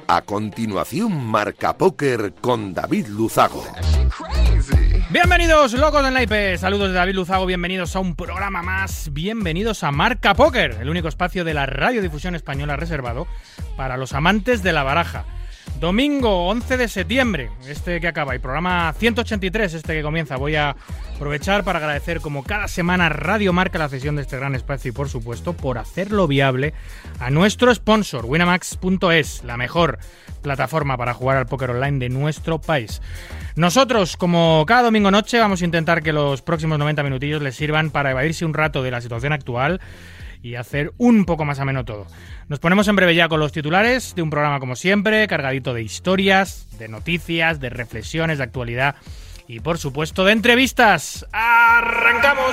A continuación, Marca Póker con David Luzago. Bienvenidos, locos del naipe. Saludos de David Luzago, bienvenidos a un programa más. Bienvenidos a Marca Póker, el único espacio de la radiodifusión española reservado para los amantes de la baraja. Domingo 11 de septiembre, este que acaba, y programa 183, este que comienza. Voy a aprovechar para agradecer, como cada semana, Radio Marca la cesión de este gran espacio y, por supuesto, por hacerlo viable a nuestro sponsor, Winamax.es, la mejor plataforma para jugar al póker online de nuestro país. Nosotros, como cada domingo noche, vamos a intentar que los próximos 90 minutillos les sirvan para evadirse un rato de la situación actual y hacer un poco más ameno todo. Nos ponemos en breve ya con los titulares de un programa, como siempre, cargadito de historias, de noticias, de reflexiones, de actualidad y, por supuesto, de entrevistas. ¡Arrancamos!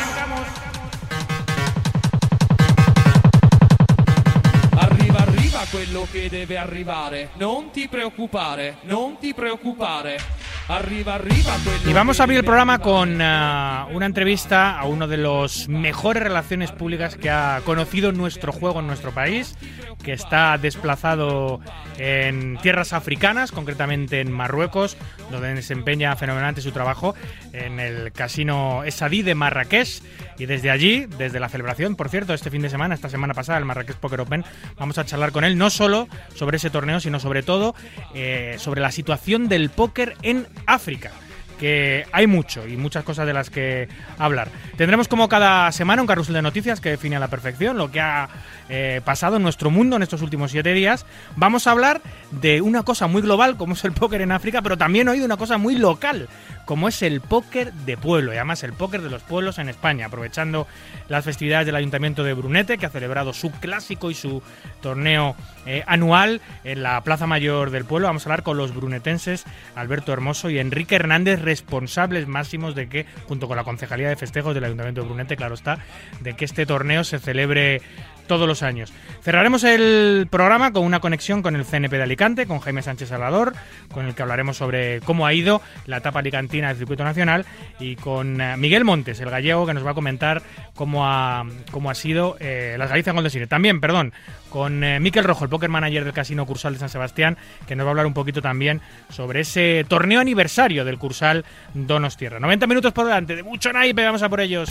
Arriva, arriva quello che deve arrivare. Non ti preoccupare, non ti preoccupare. Arriba, arriba, y vamos a abrir el programa con una entrevista a uno de los mejores relaciones públicas que ha conocido nuestro juego en nuestro país, que está desplazado en tierras africanas, concretamente en Marruecos, donde desempeña fenomenalmente su trabajo en el casino Esadi de Marrakech. Y desde allí, desde la celebración, por cierto, esta semana pasada, el Marrakech Poker Open, vamos a charlar con él no solo sobre ese torneo, sino sobre todo sobre la situación del póker en África, que hay mucho y muchas cosas de las que hablar. Tendremos, como cada semana, un carrusel de noticias que define a la perfección lo que ha pasado en nuestro mundo en estos últimos 7 días. Vamos a hablar de una cosa muy global, como es el póker en África, pero también hoy de una cosa muy local, como es el póker de pueblo, y además el póker de los pueblos en España, aprovechando las festividades del Ayuntamiento de Brunete, que ha celebrado su clásico y su torneo anual en la Plaza Mayor del pueblo. Vamos a hablar con los brunetenses Alberto Hermoso y Enrique Hernández, responsables máximos de que, junto con la Concejalía de Festejos del Ayuntamiento de Brunete, claro está, de que este torneo se celebre todos los años. Cerraremos el programa con una conexión con el CNP de Alicante, con Jaime Sánchez Salvador, con el que hablaremos sobre cómo ha ido la etapa alicantina del circuito nacional, y con Miguel Montes, el gallego, que nos va a comentar cómo ha sido las Galicia Golden Series. También, con Miquel Rojo, el póker manager del Casino Cursal de San Sebastián, que nos va a hablar un poquito también sobre ese torneo aniversario del Cursal Donostierra. 90 minutos por delante, de mucho naipe, vamos a por ellos.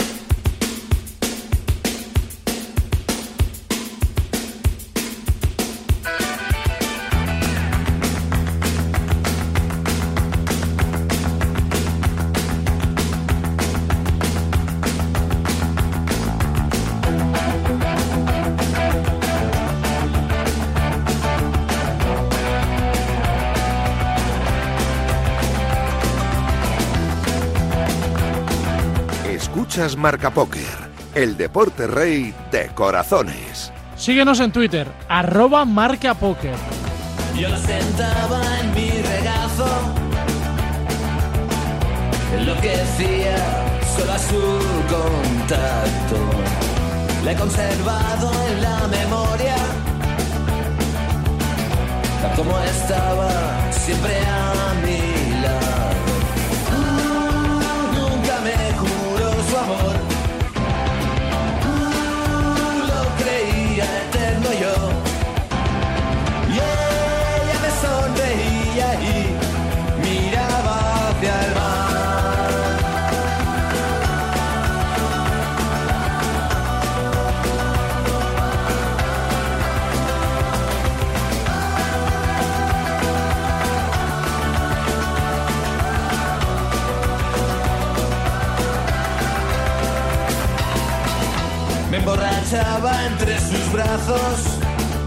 Marca Póker, el deporte rey de corazones. Síguenos en Twitter, @marcapóker. Yo la sentaba en mi regazo, enloquecía solo a su contacto. La he conservado en la memoria, tal como estaba, siempre a mi lado. Nunca me juró su amor, lo creía eterno yo, y ella me sonreía y miraba hacia el mar. Me emborrachaba entre sus brazos,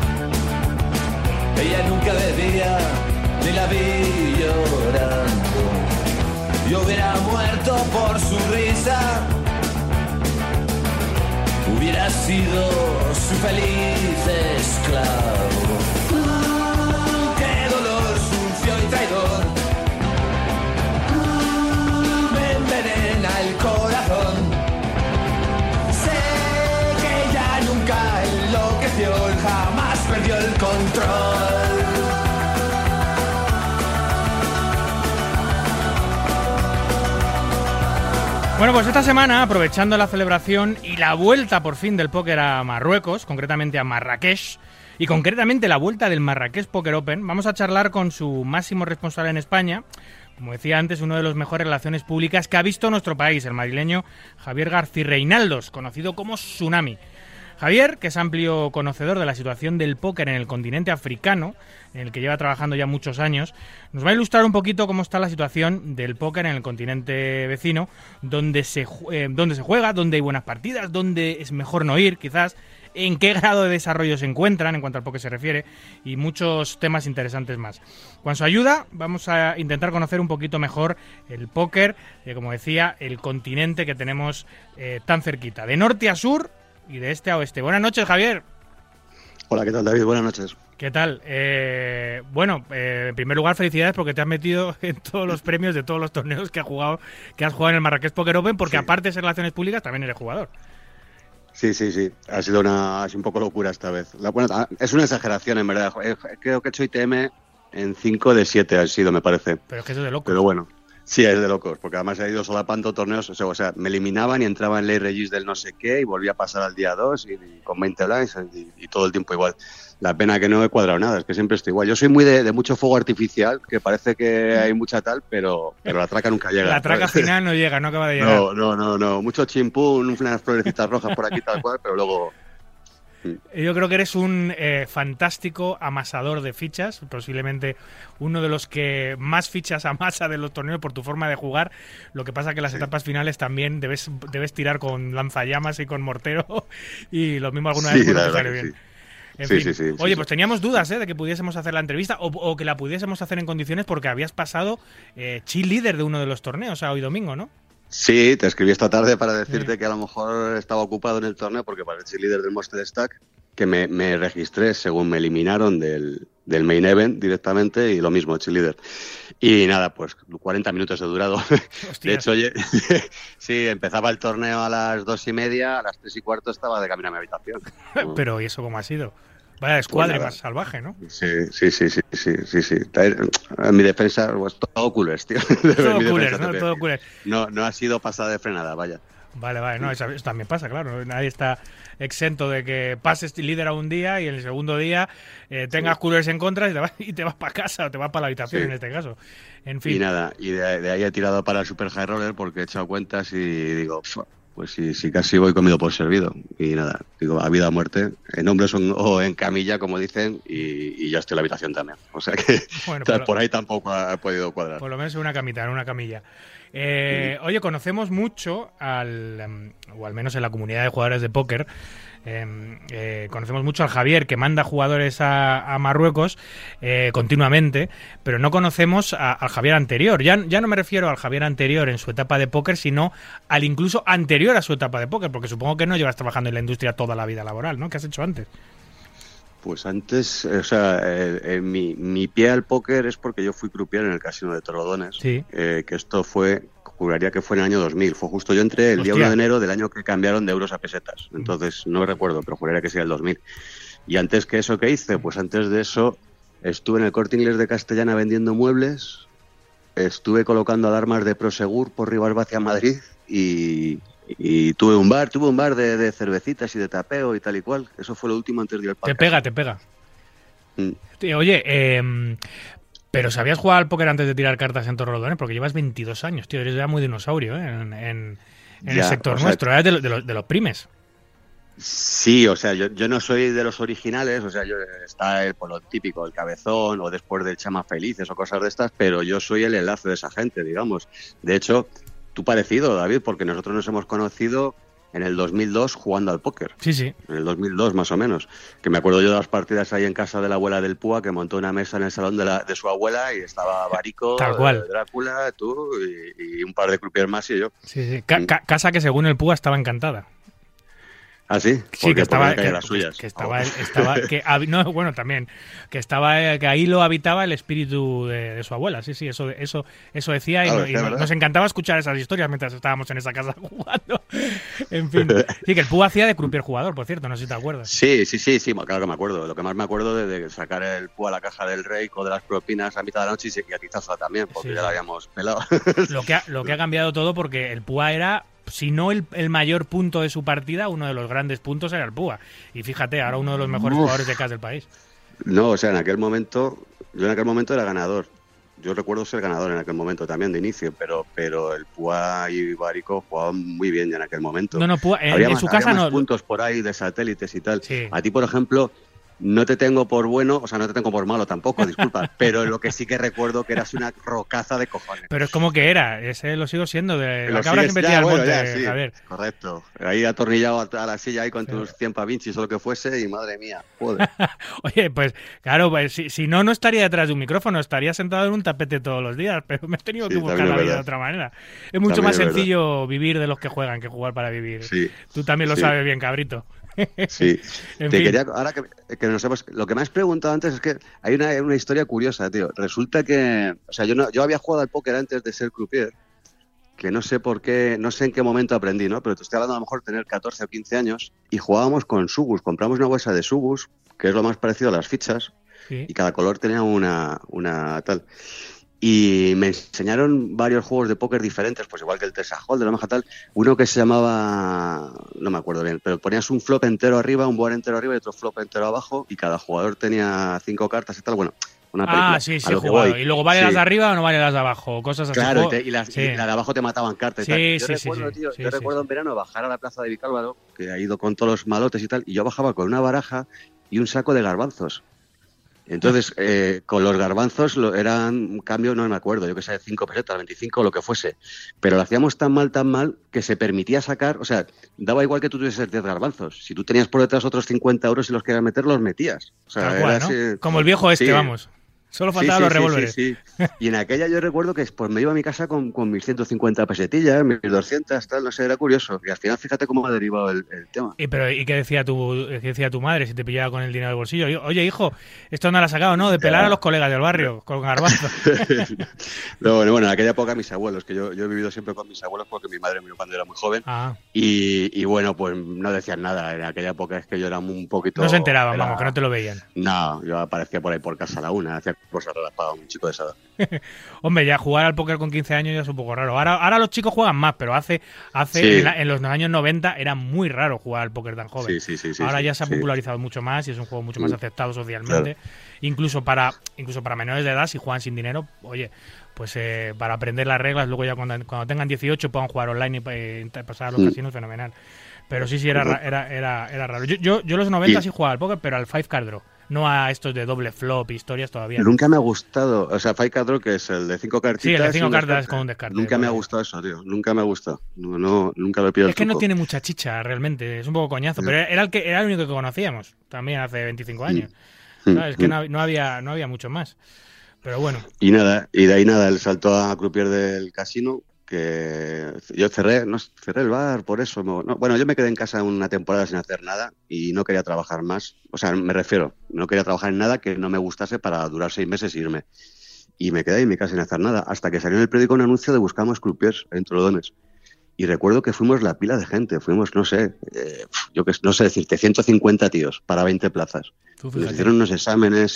ella nunca bebía, ni la vi llorando. Yo hubiera muerto por su risa, hubiera sido su feliz esclavo. ¡Qué dolor sucio y traidor! Me envenena el corazón. Nunca enloqueció, jamás perdió el control. Bueno, pues esta semana, aprovechando la celebración y la vuelta por fin del póker a Marruecos, concretamente a Marrakech, y concretamente la vuelta del Marrakech Poker Open. Vamos a charlar con su máximo responsable en España, como decía antes, uno de los mejores relaciones públicas que ha visto nuestro país, el madrileño Javier García Reinaldos, conocido como Tsunami. Javier, que es amplio conocedor de la situación del póker en el continente africano, en el que lleva trabajando ya muchos años, nos va a ilustrar un poquito cómo está la situación del póker en el continente vecino, donde se juega, donde hay buenas partidas, donde es mejor no ir, quizás, en qué grado de desarrollo se encuentran en cuanto al póker se refiere, y muchos temas interesantes más. Con su ayuda vamos a intentar conocer un poquito mejor el póker, como decía, el continente que tenemos tan cerquita, de norte a sur y de este a oeste. Buenas noches, Javier. Hola, ¿qué tal, David? Buenas noches. ¿Qué tal? En primer lugar, felicidades porque te has metido en todos los premios de todos los torneos que has jugado en el Marrakech Poker Open, porque aparte de ser relaciones públicas, también eres jugador. Sí. Ha sido un poco locura esta vez. Es una exageración, en verdad. Creo que he hecho ITM en 5 de 7 ha sido, me parece. Pero es que eso es de locos. Pero bueno. Sí, es de locos, porque además he ido solapando torneos, o sea, me eliminaban y entraba en ley regis del no sé qué y volvía a pasar al día 2 y con 20 blinds y todo el tiempo igual. La pena que no he cuadrado nada, es que siempre estoy igual. Yo soy muy de mucho fuego artificial, que parece que hay mucha tal, pero la traca nunca llega. La traca final no llega, no acaba de llegar. No. Mucho chimpún, unas florecitas rojas por aquí tal cual, pero luego... Yo creo que eres un fantástico amasador de fichas, posiblemente uno de los que más fichas amasa de los torneos por tu forma de jugar. Lo que pasa que las etapas finales también debes tirar con lanzallamas y con mortero, y lo mismo alguna vez te sale bien. Sí. Oye, pues teníamos dudas de que pudiésemos hacer la entrevista o que la pudiésemos hacer en condiciones, porque habías pasado cheerleader de uno de los torneos hoy domingo, ¿no? Sí, te escribí esta tarde para decirte que a lo mejor estaba ocupado en el torneo porque parecía líder del Monster Stack, que me registré según me eliminaron del main event directamente, y lo mismo, cheerleader. Y nada, pues 40 minutos he durado. Hostias. De hecho, oye, sí, empezaba el torneo a las 2:30, a las 3:15 estaba de camino a mi habitación. Pero ¿y eso cómo ha sido? Vaya descuadre más salvaje, ¿no? Sí. En mi defensa, pues todo coolers, tío. Todo coolers, ¿no? Todo coolers. No ha sido pasada de frenada, vaya. Vale, no, eso también pasa, claro. Nadie está exento de que pases líder a un día y en el segundo día tengas coolers en contra y te vas para casa o te vas para la habitación en este caso. En fin. Y nada, y de ahí he tirado para el Super High Roller porque he echado cuentas y digo... Pues sí, casi voy comido por servido. Y nada, digo, a vida o muerte, en hombros o en camilla, como dicen, y ya estoy en la habitación también. O sea que bueno, por ahí tampoco ha podido cuadrar. Por lo menos en una camita, en una camilla. Oye, conocemos mucho, o al menos en la comunidad de jugadores de póker, conocemos mucho al Javier, que manda jugadores a Marruecos continuamente, pero no conocemos al Javier anterior. Ya no me refiero al Javier anterior en su etapa de póker, sino al incluso anterior a su etapa de póker, porque supongo que no llevas trabajando en la industria toda la vida laboral, ¿no? ¿Qué has hecho antes? Pues antes, o sea, mi pie al póker es porque yo fui croupier en el casino de Torrelodones, sí. Que esto juraría que fue en el año 2000, fue justo yo entré el día 1 de enero del año que cambiaron de euros a pesetas, entonces no recuerdo, pero juraría que sería el 2000. Y antes que eso, ¿qué hice? Pues antes de eso estuve en el Corte Inglés de Castellana vendiendo muebles, estuve colocando alarmas de Prosegur por Rivas hacia Madrid y tuve un bar de cervecitas y de tapeo y tal y cual. Eso fue lo último antes de ir al parque. Te pega. Oye, pero ¿sabías jugar al póker antes de tirar cartas en Torrelodones? Porque llevas 22 años, tío. Eres ya muy dinosaurio en el sector nuestro. Eres de los primes. Sí, o sea, yo no soy de los originales. O sea, está por lo típico, el cabezón o después del Chama Felices o cosas de estas, pero yo soy el enlace de esa gente, digamos. De hecho... Tú parecido, David, porque nosotros nos hemos conocido en el 2002 jugando al póker. Sí. En el 2002, más o menos. Que me acuerdo yo de las partidas ahí en casa de la abuela del Púa, que montó una mesa en el salón de su abuela y estaba Barico, tal cual. Drácula, tú y un par de croupiers más y yo. Sí. Casa que según el Púa estaba encantada. ¿Ah, sí? Sí, que estaba... las suyas. También. Que ahí lo habitaba el espíritu de su abuela. Sí, eso decía. Claro, y nos encantaba escuchar esas historias mientras estábamos en esa casa jugando. En fin. Sí, que el Púa hacía de croupier jugador, por cierto, no sé si te acuerdas. Sí, claro que me acuerdo. Lo que más me acuerdo de sacar el Púa a la caja del Rey con de las propinas a mitad de la noche y a Tizazo también, porque ya la habíamos pelado. Lo que ha cambiado todo, porque el Púa era... si no el mayor punto de su partida, uno de los grandes puntos era el Púa. Y fíjate, ahora uno de los mejores jugadores de CAS del país. No, o sea, yo en aquel momento era ganador. Yo recuerdo ser ganador en aquel momento también de inicio, pero el Púa y Barico jugaban muy bien ya en aquel momento. No, Púa, en su casa había no. Más puntos por ahí de satélites y tal. Sí. A ti, por ejemplo, no te tengo por bueno, o sea, no te tengo por malo tampoco, disculpa, pero lo que sí que recuerdo que eras una rocaza de cojones. Pero es como que era, ese lo sigo siendo, de Lo la cabra sigues, siempre tira al monte, ya, sí, Javier. correcto. Ahí atornillado a la silla ahí con tus 100 pavinchis o lo que fuese y madre mía, joder. Oye, pues claro, pues, si no estaría detrás de un micrófono, estaría sentado en un tapete todos los días, pero me he tenido que buscar la vida de otra manera. Es mucho también más es sencillo vivir de los que juegan que jugar para vivir. Sí, Tú también lo sabes bien, cabrito. Sí, En te fin. quería, ahora que nos hemos, lo que me has preguntado antes es que hay una historia curiosa, tío. Resulta que, o sea, yo había jugado al póker antes de ser croupier, que no sé por qué, no sé en qué momento aprendí, ¿no? Pero te estoy hablando a lo mejor de tener 14 o 15 años y jugábamos con subus, compramos una bolsa de subus, que es lo más parecido a las fichas, Sí. y cada color tenía una tal. Y me enseñaron varios juegos de póker diferentes, pues igual que el Texas Hold'em, tal. Uno que se llamaba, no me acuerdo bien, pero ponías un flop entero arriba, un board entero arriba y otro flop entero abajo, y cada jugador tenía 5 cartas y tal. Bueno, una película. Sí, a he lo que jugado. voy. Y luego, ¿vale Sí. las de arriba o no vale las de abajo? Cosas así. Claro, Juego- y la de abajo te mataban cartas y Sí, tal. Yo sí, recuerdo, sí, tío, sí, yo sí, recuerdo sí. en verano bajar a la plaza de Vicálvaro, que ha ido con todos los malotes y tal, y yo bajaba con una baraja y un saco de garbanzos. Entonces, con los garbanzos eran un cambio, no me acuerdo, yo que sé, 5 pesetas, 25, lo que fuese. Pero lo hacíamos tan mal, que se permitía sacar, o sea, daba igual que tú tuvieses 10 garbanzos. Si tú tenías por detrás otros 50 euros y los querías meter, los metías. O sea, Tal cual, era ¿no? así. Como el viejo este, Sí. vamos. Solo faltaban los revólveres. Sí. Y en aquella yo recuerdo que pues me iba a mi casa con mis 150 pesetillas, mis 200, tal, no sé, era curioso. Y al final fíjate cómo ha derivado el tema. ¿Y qué decía tu madre si te pillaba con el dinero del bolsillo? Oye, hijo, esto no lo has sacado, ¿no? De pelar a los colegas del barrio con garbanzos. No, bueno, en aquella época mis abuelos, que yo he vivido siempre con mis abuelos porque mi madre murió cuando era muy joven. Ah. Y bueno, pues no decían nada. En aquella época es que yo era un poquito... No se enteraban, vamos, que no te lo veían. No, yo aparecía por ahí por casa a la una, hacía cosas raras para un chico de esa edad. Hombre, ya jugar al póker con 15 años ya es un poco raro. Ahora los chicos juegan más, pero Sí. en los años 90 era muy raro jugar al póker tan joven. Sí. Ahora ya se ha sí. popularizado mucho más y es un juego mucho más aceptado socialmente. Claro. Incluso para menores de edad, si juegan sin dinero, oye, pues para aprender las reglas, luego ya cuando tengan 18 puedan jugar online y pasar a los casinos, fenomenal. Pero sí, era raro. Yo los 90 sí jugaba al póker, pero al Five Card Draw. No a estos de doble flop, historias todavía. Nunca me ha gustado. O sea, Five Card Draw, que es el de 5 cartitas. Sí, el de 5 y cartas con un descarte. Nunca me ha gustado eso, tío. Nunca me ha gustado. No, nunca lo he pillado. Es que no tiene mucha chicha, realmente. Es un poco coñazo. Pero era el único que conocíamos también hace 25 años. ¿Sabes? Es que no había mucho más. Pero bueno. Y de ahí nada, el salto a croupier del casino, que yo cerré el bar por eso. Bueno, yo me quedé en casa una temporada sin hacer nada y no quería trabajar más. O sea, me refiero, no quería trabajar en nada que no me gustase para durar 6 meses e irme. Y me quedé en mi casa sin hacer nada, hasta que salió en el periódico un anuncio de buscamos croupiers en Torrelodones. Y recuerdo que fuimos la pila de gente, fuimos, no sé, yo que no sé decirte, 150 tíos para 20 plazas. Nos hicieron unos exámenes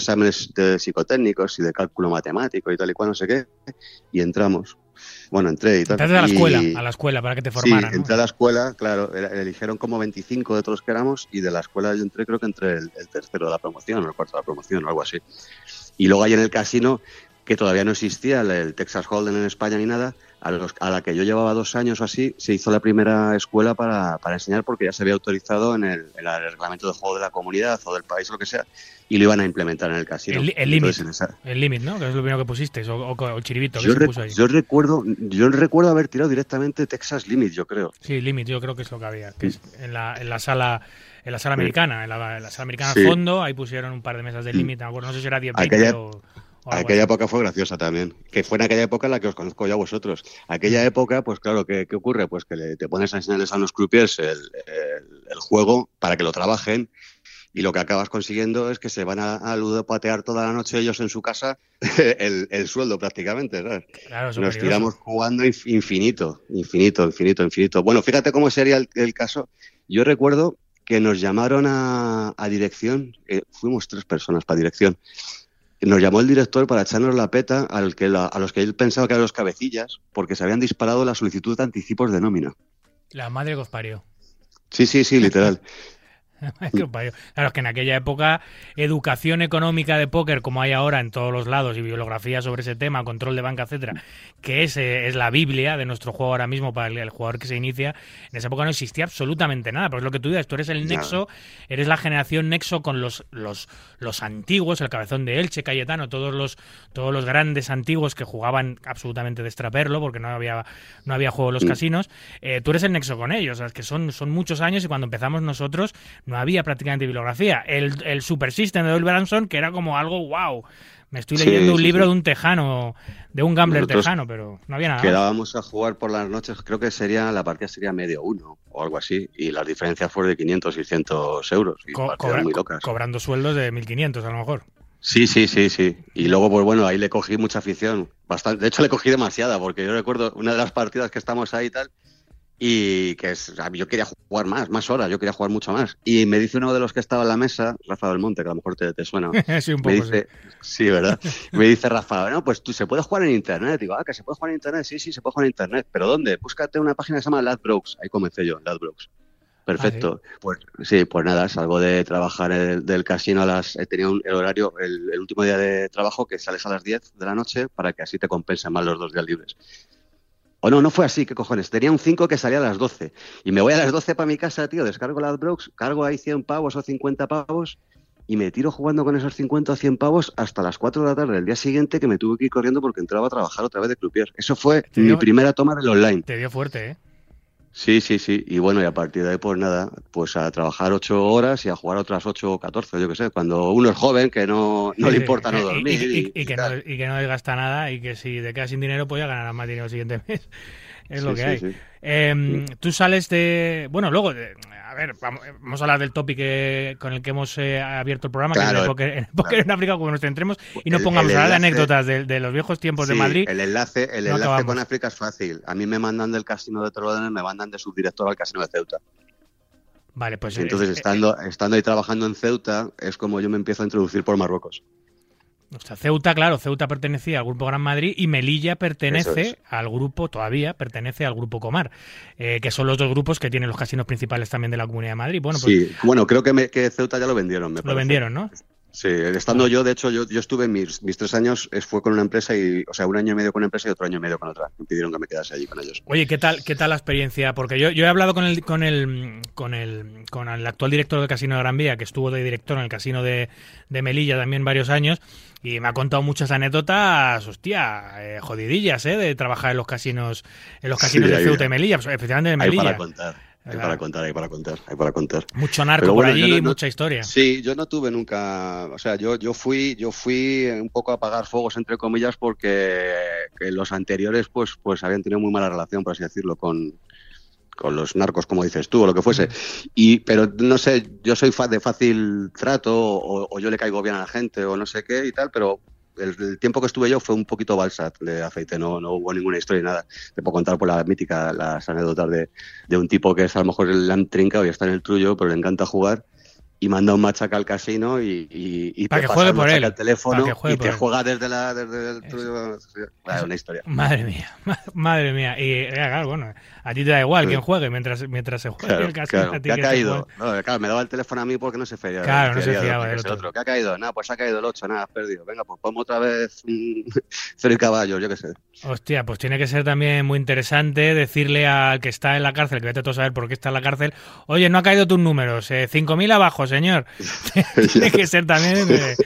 de psicotécnicos y de cálculo matemático y tal y cual, no sé qué, y entramos. Bueno, entré y tal. Entraste a la escuela para que te formaran. Sí, entré a la escuela, claro, eligieron como 25 de todos los que éramos y de la escuela yo creo que entré el tercero de la promoción o el cuarto de la promoción o algo así. Y luego ahí en el casino, que todavía no existía el Texas Hold'em en España ni nada, a la que yo llevaba 2 años o así, se hizo la primera escuela para enseñar porque ya se había autorizado en el reglamento de juego de la comunidad o del país o lo que sea, y lo iban a implementar en el casino. El límite, ¿no? Que es lo primero que pusiste, o el chiribito que se puso ahí. Yo recuerdo haber tirado directamente Texas Limit, yo creo. Sí, Limit, yo creo que es lo que había, que es en la sala americana, en la sala americana Sí. al fondo, ahí pusieron un par de mesas de Limit, no sé si era 10 Aquella época fue graciosa también, que fue en aquella época en la que os conozco ya vosotros. Aquella época, pues claro, ¿qué ocurre? Pues que te pones a enseñarles a los croupiers el juego para que lo trabajen y lo que acabas consiguiendo es que se van a ludopatear toda la noche ellos en su casa el sueldo prácticamente, ¿sabes? Claro, nos tiramos jugando infinito. Bueno, fíjate cómo sería el caso. Yo recuerdo que nos llamaron a dirección, fuimos 3 personas para dirección, nos llamó el director para echarnos la peta a los que él pensaba que eran los cabecillas, porque se habían disparado la solicitud de anticipos de nómina. La madre que os parió. Sí, literal. Claro, es que en aquella época educación económica de póker como hay ahora en todos los lados y bibliografía sobre ese tema, control de banca, etcétera, que es la Biblia de nuestro juego ahora mismo para el jugador que se inicia. En esa época no existía absolutamente nada, pero es lo que tú dices, tú eres el nexo, eres la generación nexo con los antiguos, el Cabezón de Elche, Cayetano, todos los grandes antiguos que jugaban absolutamente de extraperlo porque no había juego en los casinos. Tú eres el nexo con ellos, o sea, es que son muchos años y cuando empezamos nosotros no había prácticamente bibliografía. El Super System de Doyle Branson, que era como algo wow. Me estoy leyendo un libro de un tejano, de un gambler tejano, pero no había nada. Quedábamos a jugar por las noches, creo que la partida sería medio 1 o algo así, y las diferencias fueron de 500, 600 euros. Y partidas muy locas. Cobrando sueldos de 1.500 a lo mejor. Sí. Y luego, pues bueno, ahí le cogí mucha afición. Bastante. De hecho, le cogí demasiada, porque yo recuerdo una de las partidas que estamos ahí y tal, y que yo quería jugar más horas, yo quería jugar mucho más. Y me dice uno de los que estaba en la mesa, Rafa Belmonte, que a lo mejor te suena. Sí, un poco. Me dice, sí, ¿verdad? Me dice Rafa, no, pues tú se puede jugar en internet. Digo, que se puede jugar en internet. Sí, se puede jugar en internet. ¿Pero dónde? Búscate una página que se llama Ladbrokes. Ahí comencé yo, Ladbrokes. Perfecto. ¿Sí? Pues nada, salgo de trabajar del casino tenía el horario, el último día de trabajo, que sales a las 10 de la noche para que así te compensen más los 2 días libres. O no fue así, ¿qué cojones? Tenía un 5 que salía a las 12. Y me voy a las 12 para mi casa, tío, descargo Ladbrokes, cargo ahí 100 pavos o 50 pavos y me tiro jugando con esos 50 o 100 pavos hasta las 4 de la tarde del día siguiente, que me tuve que ir corriendo porque entraba a trabajar otra vez de croupier. Eso fue mi primera toma del online. Te dio fuerte, ¿eh? Sí. Y bueno, y a partir de ahí, pues nada, pues a trabajar 8 horas y a jugar otras 8 o 14, yo qué sé, cuando uno es joven, que no le importa no dormir. Y que no desgasta nada y que si te quedas sin dinero, pues ya ganarás más dinero el siguiente mes. Es lo que hay. Sí. Tú sales de... Bueno, luego... A ver, vamos a hablar del topic con el que hemos abierto el programa, claro, que es el póker en África, como nos centremos y no pongamos a hablar de anécdotas de los viejos tiempos de Madrid. El enlace con África es fácil. A mí me mandan del casino de Torrelodones, me mandan de subdirector al casino de Ceuta. Vale, pues... Entonces, estando ahí trabajando en Ceuta, es como yo me empiezo a introducir por Marruecos. O sea, Ceuta pertenecía al Grupo Gran Madrid y Melilla pertenece al grupo Comar, que son los dos grupos que tienen los casinos principales también de la Comunidad de Madrid. Bueno, pues, sí, bueno, creo que Ceuta ya lo vendieron, me parece. Lo vendieron, ¿no? Sí, estando yo, de hecho, yo estuve mis 3 años, fue con una empresa, o sea, 1 año y medio con una empresa y otro año y medio con otra. Me pidieron que me quedase allí con ellos. Oye, ¿qué tal la experiencia? Porque yo he hablado con el actual director del Casino de Gran Vía, que estuvo de director en el Casino de Melilla también varios años, y me ha contado muchas anécdotas, hostia, jodidillas, de trabajar en los casinos de Ceuta y Melilla, especialmente de Melilla. Hay para contar. Mucho narco por allí, mucha historia. Sí, yo no tuve nunca... O sea, yo fui un poco a apagar fuegos, entre comillas, porque los anteriores pues habían tenido muy mala relación, por así decirlo, con los narcos, como dices tú, o lo que fuese. Pero no sé, yo soy de fácil trato, o yo le caigo bien a la gente, o no sé qué y tal, pero... El tiempo que estuve yo fue un poquito balsat de aceite, no hubo ninguna historia ni nada. Te puedo contar por las anécdotas de un tipo que es, a lo mejor le han trincado y está en el trullo, pero le encanta jugar y manda un machaca al casino y para que juegue por él al teléfono y te juega desde el trullo. Vale, una historia. Madre mía. Y claro, bueno, a ti te da igual quién juegue mientras se juegue el casino. Claro, ¿qué ha caído? No, claro, me daba el teléfono a mí porque no se fiaba. Claro, no se fiaba del otro. ¿Qué ha caído? Nada, pues ha caído el 8, nada, has perdido. Venga, pues ponme otra vez 0 y caballos, yo qué sé. Hostia, pues tiene que ser también muy interesante decirle al que está en la cárcel, que vete tú a saber por qué está en la cárcel, oye, no ha caído tus números, 5.000 abajo, señor. Tiene que ser también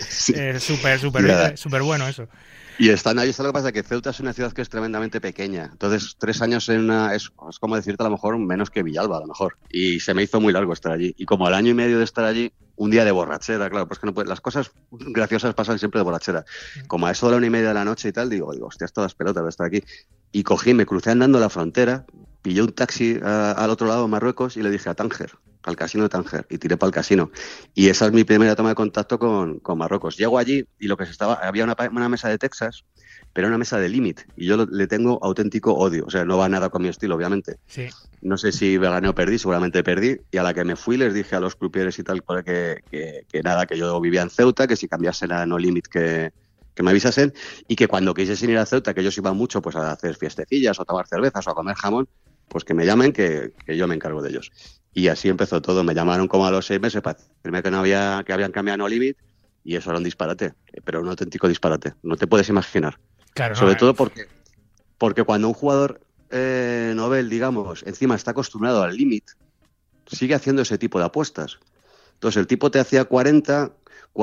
súper bueno eso. Y están ahí, está lo que pasa, que Ceuta es una ciudad que es tremendamente pequeña. Entonces, 3 años es como decirte a lo mejor menos que Villalba, a lo mejor. Y se me hizo muy largo estar allí. Y como al año y medio de estar allí, un día de borrachera, claro, pues que no puede, las cosas graciosas pasan siempre de borrachera. Como a eso de la 1:30 de la noche y tal, digo, hostia, todas pelotas de estar aquí. Y me crucé andando la frontera, pillé un taxi al otro lado de Marruecos y le dije a Tánger, al casino de Tánger, y tiré para el casino. Y esa es mi primera toma de contacto con Marruecos. Llego allí y había una mesa de Texas pero era una mesa de Limit y yo le tengo auténtico odio. O sea, no va nada con mi estilo, obviamente. Sí. No sé si gané o perdí, seguramente perdí. Y a la que me fui les dije a los crupieres y tal que nada, que yo vivía en Ceuta, que si cambiasen a No Limit que me avisasen y que cuando quisiesen ir a Ceuta, que ellos iban mucho pues a hacer fiestecillas o a tomar cervezas o a comer jamón, pues que me llamen, que yo me encargo de ellos. Y así empezó todo. Me llamaron como a los 6 meses para decirme que habían cambiado No Limit y eso era un disparate, pero un auténtico disparate. No te puedes imaginar. Claro, Sobre todo porque cuando un jugador novel, digamos, encima está acostumbrado al Limit, sigue haciendo ese tipo de apuestas. Entonces el tipo te hacía 40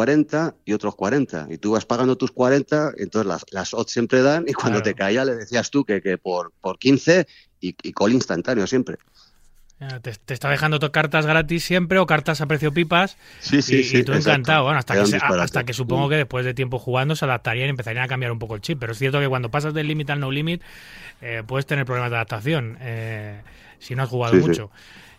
y otros 40. Y tú vas pagando tus 40, entonces las odds siempre dan y cuando te caía le decías tú que por 15 y call instantáneo siempre. Te está dejando cartas gratis siempre o cartas a precio pipas. Sí, y tú encantado. Bueno, hasta que supongo que Mm. después de tiempo jugando se adaptarían y empezarían a cambiar un poco el chip. Pero es cierto que cuando pasas del límite al no limit puedes tener problemas de adaptación si no has jugado mucho.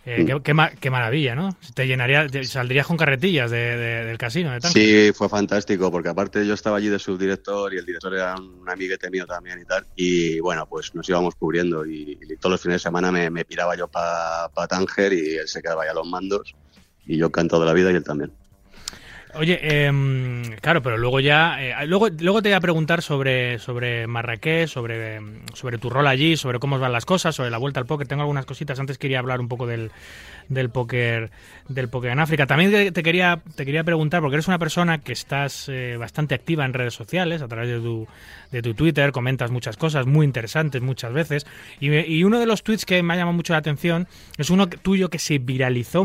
Qué maravilla, ¿no? Saldrías con carretillas del casino de Tánger. Sí, fue fantástico, porque aparte yo estaba allí de subdirector y el director era un amiguete mío también y tal, y bueno, pues nos íbamos cubriendo y todos los fines de semana me piraba yo para Tánger y él se quedaba ya a los mandos y yo encantado de la vida y él también. Oye, claro, pero luego ya... luego te voy a preguntar sobre Marrakech, sobre tu rol allí, sobre cómo van las cosas, sobre la vuelta al póker. Tengo algunas cositas. Antes quería hablar un poco del póker en África. También te quería preguntar, porque eres una persona que estás bastante activa en redes sociales, a través de tu Twitter, comentas muchas cosas muy interesantes muchas veces. Y uno de los tweets que me ha llamado mucho la atención es uno tuyo que se viralizó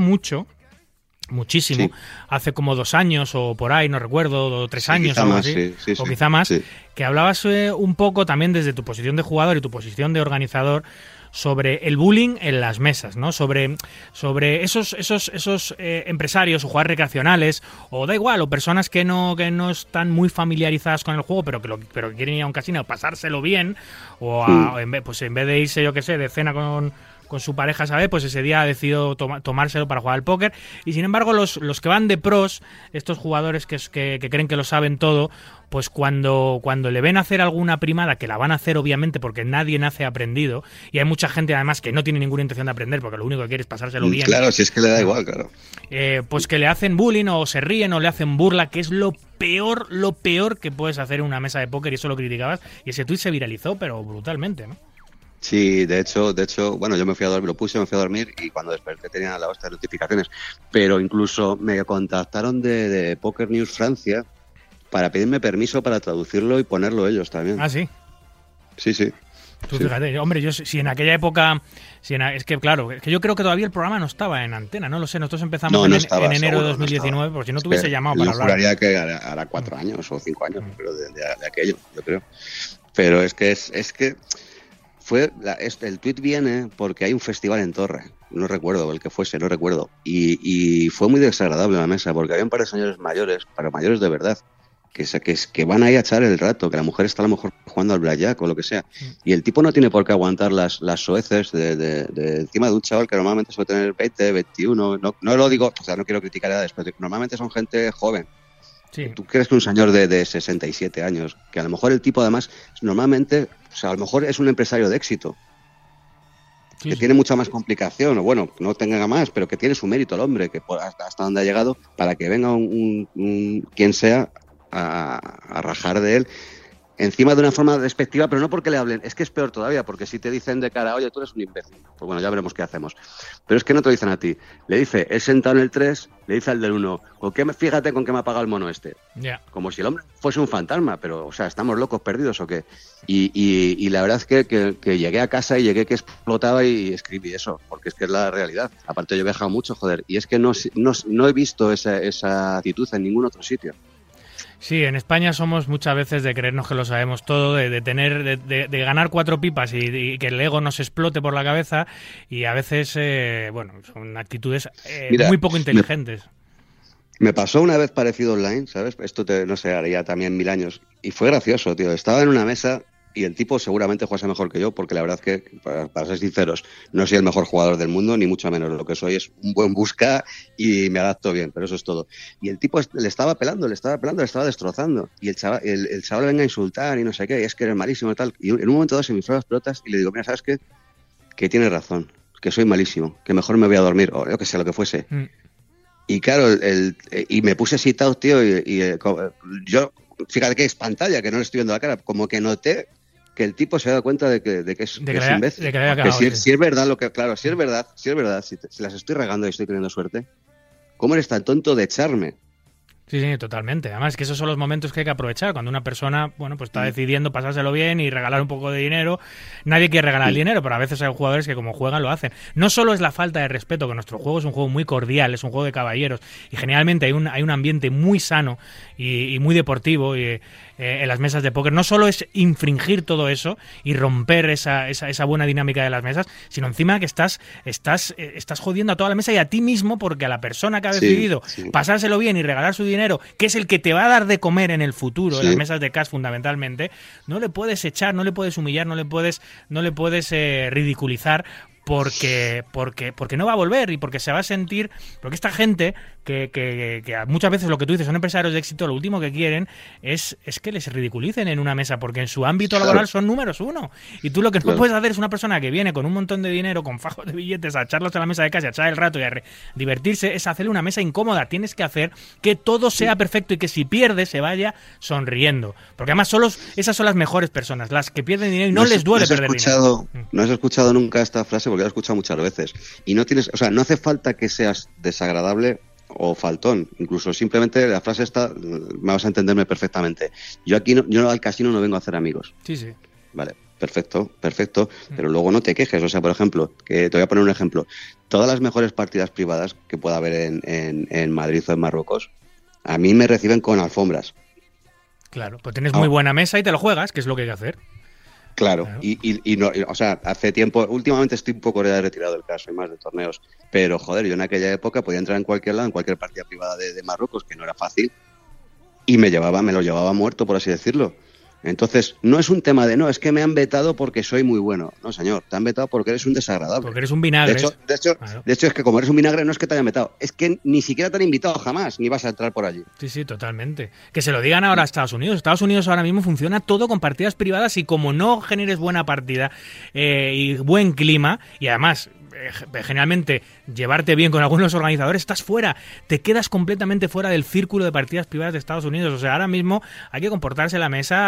muchísimo, hace como 2 años o por ahí, no recuerdo, o 3 años, algo así, o quizá más, que hablabas un poco también desde tu posición de jugador y tu posición de organizador sobre el bullying en las mesas, ¿no? Sobre esos empresarios o jugadores recreacionales, o da igual, o personas que no están muy familiarizadas con el juego, pero que quieren ir a un casino a pasárselo bien, o en vez de irse, yo qué sé, de cena con su pareja, ¿sabes? Pues ese día ha decidido tomárselo para jugar al póker. Y sin embargo, los que van de pros, estos jugadores que creen que lo saben todo, pues cuando le ven hacer alguna primada, que la van a hacer obviamente porque nadie nace aprendido, y hay mucha gente además que no tiene ninguna intención de aprender porque lo único que quiere es pasárselo bien. Claro, si es que le da igual, claro. Pues que le hacen bullying o se ríen o le hacen burla, que es lo peor que puedes hacer en una mesa de póker, y eso lo criticabas, y ese tuit se viralizó, pero brutalmente, ¿no? Sí, de hecho, bueno, yo me fui a dormir y cuando desperté tenía la hostia de notificaciones, pero incluso me contactaron de Poker News Francia para pedirme permiso para traducirlo y ponerlo ellos también. ¿Ah, sí? Sí. Tú fíjate, hombre, si en aquella época... es que claro, es que yo creo que todavía el programa no estaba en antena, no lo sé, nosotros empezamos en enero de 2019, porque si no te hubiese llamado para hablar. Yo juraría que hará 4 años o 5 años, pero de aquello, yo creo. Pero es que el tuit viene porque hay un festival en Torre, no recuerdo el que fuese, no recuerdo, y fue muy desagradable la mesa porque había un par de señores mayores, para mayores de verdad, que van ahí a echar el rato, que la mujer está a lo mejor jugando al blackjack o lo que sea, y el tipo no tiene por qué aguantar las soeces de encima de un chaval que normalmente suele tener 20, 21, no lo digo, o sea, no quiero criticar edades, pero normalmente son gente joven. Sí. ¿Tú crees que un señor de 67 años, que a lo mejor el tipo además normalmente, o sea, a lo mejor es un empresario de éxito, que tiene mucha más complicación, o bueno, no tenga más, pero que tiene su mérito el hombre, que hasta donde ha llegado, para que venga un quien sea a rajar de él, encima de una forma despectiva, pero no porque le hablen, es que es peor todavía, porque si te dicen de cara, oye, tú eres un imbécil, pues bueno, ya veremos qué hacemos. Pero es que no te lo dicen a ti. Le dice, él sentado en el 3, le dice al del 1, fíjate con qué me ha pagado el mono este. Yeah. Como si el hombre fuese un fantasma, pero, o sea, ¿estamos locos, perdidos o qué? Y la verdad es que llegué a casa y llegué que explotaba y escribí eso, porque es que es la realidad. Aparte yo he viajado mucho, joder, y es que no he visto esa actitud en ningún otro sitio. Sí, en España somos muchas veces de creernos que lo sabemos todo, de ganar 4 pipas y que el ego nos explote por la cabeza, y a veces, son actitudes muy poco inteligentes. Me pasó una vez parecido online, ¿sabes? Esto no sé, haría también 1000 años, y fue gracioso, tío. Estaba en una mesa y el tipo seguramente jugase mejor que yo, porque la verdad que, para ser sinceros, no soy el mejor jugador del mundo, ni mucho menos. Lo que soy es un buen busca y me adapto bien, pero eso es todo. Y el tipo le estaba pelando, le estaba destrozando. Y el chaval venga a insultar y no sé qué, y es que eres malísimo y tal. Y en un momento dado se me fueron las pelotas y le digo, mira, ¿sabes qué? Que tienes razón, que soy malísimo, que mejor me voy a dormir, o yo que sé, lo que fuese. Y claro, y me puse sitado, tío, yo, fíjate que es pantalla, que no le estoy viendo la cara, como que noté que el tipo se ha dado cuenta de que es imbécil. Si es verdad lo que, claro, si es verdad, si las estoy regando y estoy teniendo suerte, ¿cómo eres tan tonto de echarme? Sí, totalmente. Además, que esos son los momentos que hay que aprovechar. Cuando una persona, bueno, pues está decidiendo pasárselo bien y regalar un poco de dinero. Nadie quiere regalar el dinero, pero a veces hay jugadores que como juegan lo hacen. No solo es la falta de respeto, que nuestro juego es un juego muy cordial, es un juego de caballeros, y generalmente hay un ambiente muy sano y muy deportivo en las mesas de póker. No solo es infringir todo eso y romper esa buena dinámica de las mesas, sino encima que estás jodiendo a toda la mesa y a ti mismo, porque a la persona que ha decidido pasárselo bien y regalar su dinero, que es el que te va a dar de comer en el futuro, en las mesas de cash fundamentalmente, no le puedes echar, no le puedes humillar, no le puedes ridiculizar, porque no va a volver y porque se va a sentir, porque esta gente que muchas veces lo que tú dices son empresarios de éxito, lo último que quieren es que les ridiculicen en una mesa, porque en su ámbito laboral son números uno, y tú lo que no puedes hacer es una persona que viene con un montón de dinero, con fajos de billetes, a echarlos a la mesa de casa, a echar el rato y a divertirse, es hacerle una mesa incómoda. Tienes que hacer que todo sea perfecto y que si pierde se vaya sonriendo, porque además esas son las mejores personas, las que pierden dinero y no les duele perder dinero. No has escuchado nunca esta frase, porque la he escuchado muchas veces, y no hace falta que seas desagradable o faltón, incluso simplemente la frase esta, me vas a entenderme perfectamente. Yo al casino no vengo a hacer amigos. Sí. Vale, perfecto, pero luego no te quejes. O sea, por ejemplo, que te voy a poner un ejemplo. Todas las mejores partidas privadas que pueda haber en Madrid o en Marruecos, a mí me reciben con alfombras. Claro, pues tienes muy buena mesa y te lo juegas, que es lo que hay que hacer. Claro. Y no, o sea, hace tiempo, últimamente estoy un poco retirado del caso, hay más de torneos, pero joder, yo en aquella época podía entrar en cualquier lado, en cualquier partida privada de Marruecos, que no era fácil, y me lo llevaba muerto, por así decirlo. Entonces, no es un tema de, no, es que me han vetado porque soy muy bueno. No, señor, te han vetado porque eres un desagradable. Porque eres un vinagre. De hecho, es que como eres un vinagre no es que te hayan vetado, es que ni siquiera te han invitado jamás, ni vas a entrar por allí. Sí, totalmente. Que se lo digan ahora a Estados Unidos. Estados Unidos ahora mismo funciona todo con partidas privadas, y como no generes buena partida y buen clima, y además generalmente llevarte bien con algunos organizadores, estás fuera, te quedas completamente fuera del círculo de partidas privadas de Estados Unidos. O sea, ahora mismo hay que comportarse en la mesa,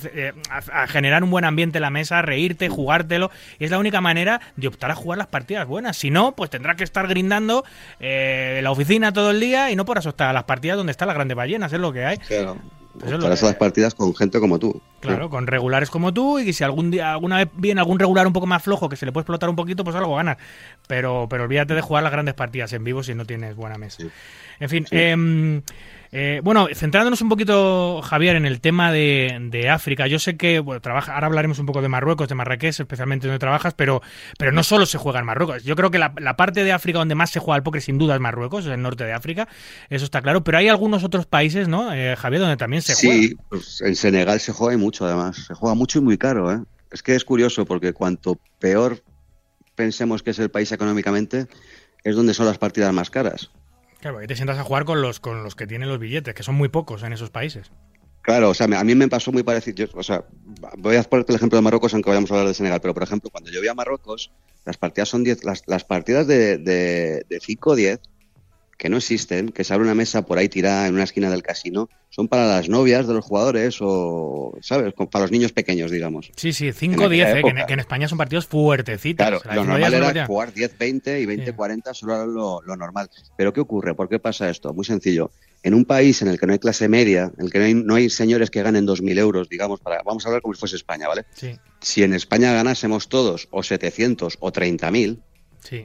a generar un buen ambiente en la mesa, reírte, jugártelo, y es la única manera de optar a jugar las partidas buenas. Si no, pues tendrás que estar grindando la oficina todo el día y no podrás optar a las partidas donde están las grandes ballenas, es lo que hay. Claro. Para esas partidas con gente como tú. Claro, con regulares como tú, y si alguna vez viene algún regular un poco más flojo que se le puede explotar un poquito, pues algo ganas. Pero olvídate de jugar las grandes partidas en vivo si no tienes buena mesa. Sí. En fin, sí. Bueno, centrándonos un poquito, Javier, en el tema de África. Yo sé que ahora hablaremos un poco de Marruecos, de Marrakech, especialmente donde trabajas, pero no solo se juega en Marruecos. Yo creo que la parte de África donde más se juega al póker sin duda es Marruecos, es el norte de África, eso está claro, pero hay algunos otros países, ¿no, Javier, donde también se juega? Sí, pues en Senegal se juega mucho, además, se juega mucho y muy caro, ¿eh? Es que es curioso, porque cuanto peor pensemos que es el país económicamente, es donde son las partidas más caras. Claro, y te sientas a jugar con los que tienen los billetes, que son muy pocos en esos países. Claro, o sea, a mí me pasó muy parecido. Voy a ponerte el ejemplo de Marruecos, aunque vayamos a hablar de Senegal, pero por ejemplo, cuando yo voy a Marruecos, las partidas son 10, las partidas de 5 o 10, que no existen, que se abre una mesa por ahí tirada en una esquina del casino, son para las novias de los jugadores o, ¿sabes?, para los niños pequeños, digamos. Sí, 5 o 10, que en España son partidos fuertecitos. Claro, lo normal era jugar 10-20 y 20-40, solo era lo normal. Pero ¿qué ocurre? ¿Por qué pasa esto? Muy sencillo. En un país en el que no hay clase media, en el que no hay señores que ganen 2.000 euros, digamos, vamos a hablar como si fuese España, ¿vale? Sí. Si en España ganásemos todos o 700 o 30.000, sí,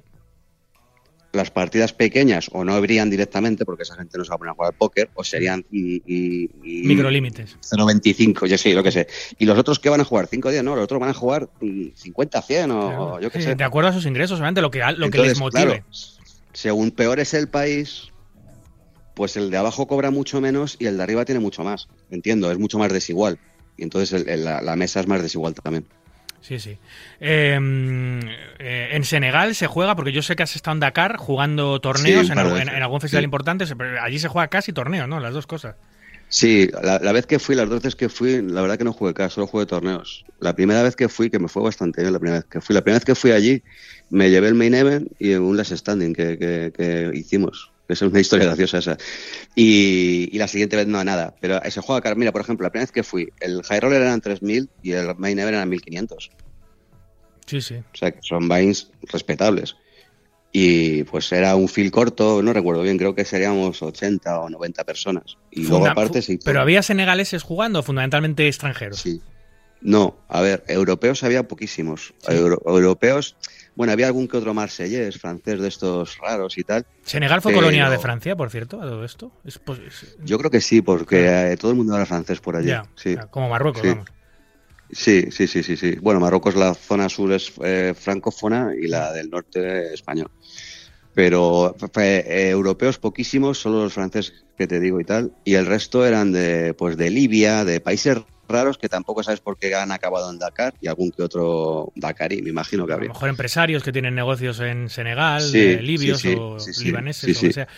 las partidas pequeñas o no habrían directamente, porque esa gente no se va a poner a jugar al póker, o serían microlímites. 0,25, yo sé, lo que sé. Y los otros que van a jugar 5 días, no, los otros van a jugar 50, 100 o yo qué sé. De acuerdo a sus ingresos, obviamente, lo que les motive. Claro, según peor es el país, pues el de abajo cobra mucho menos y el de arriba tiene mucho más. Entiendo, es mucho más desigual. Y entonces la mesa es más desigual también. Sí. En Senegal se juega, porque yo sé que has estado en Dakar jugando torneos en algún festival importante, pero allí se juega casi torneos, ¿no? Las dos cosas. Sí, la vez que fui, las 2 veces que fui, la verdad que no jugué CAS, solo jugué torneos. La primera vez que fui, que me fue bastante bien la primera vez que fui allí, me llevé el main event y un last standing que hicimos. Esa es una historia graciosa esa. Y la siguiente vez no nada. Pero se juega CAS. Mira, por ejemplo, la primera vez que fui, el high roller eran 3.000 y el main event eran 1.500. Sí. O sea, que son buy-ins respetables. Y pues era un field corto, no recuerdo bien, creo que seríamos 80 o 90 personas. Y luego aparte sí. ¿Pero había senegaleses jugando, fundamentalmente extranjeros? Sí. No, a ver, europeos había poquísimos. Sí. Europeos, bueno, había algún que otro marsellés, francés de estos raros y tal. ¿Senegal fue colonia de Francia, por cierto, a todo esto? Yo creo que sí, porque todo el mundo habla francés por allí. Sí. Como Marruecos, vamos. Sí. Bueno, Marruecos, la zona sur es francófona y la del norte español. Pero europeos poquísimos, solo los franceses que te digo y tal. Y el resto eran de Libia, de países raros que tampoco sabes por qué han acabado en Dakar, y algún que otro dakarí, me imagino que habría. A lo mejor empresarios que tienen negocios en Senegal, libios o libaneses, o lo que sea.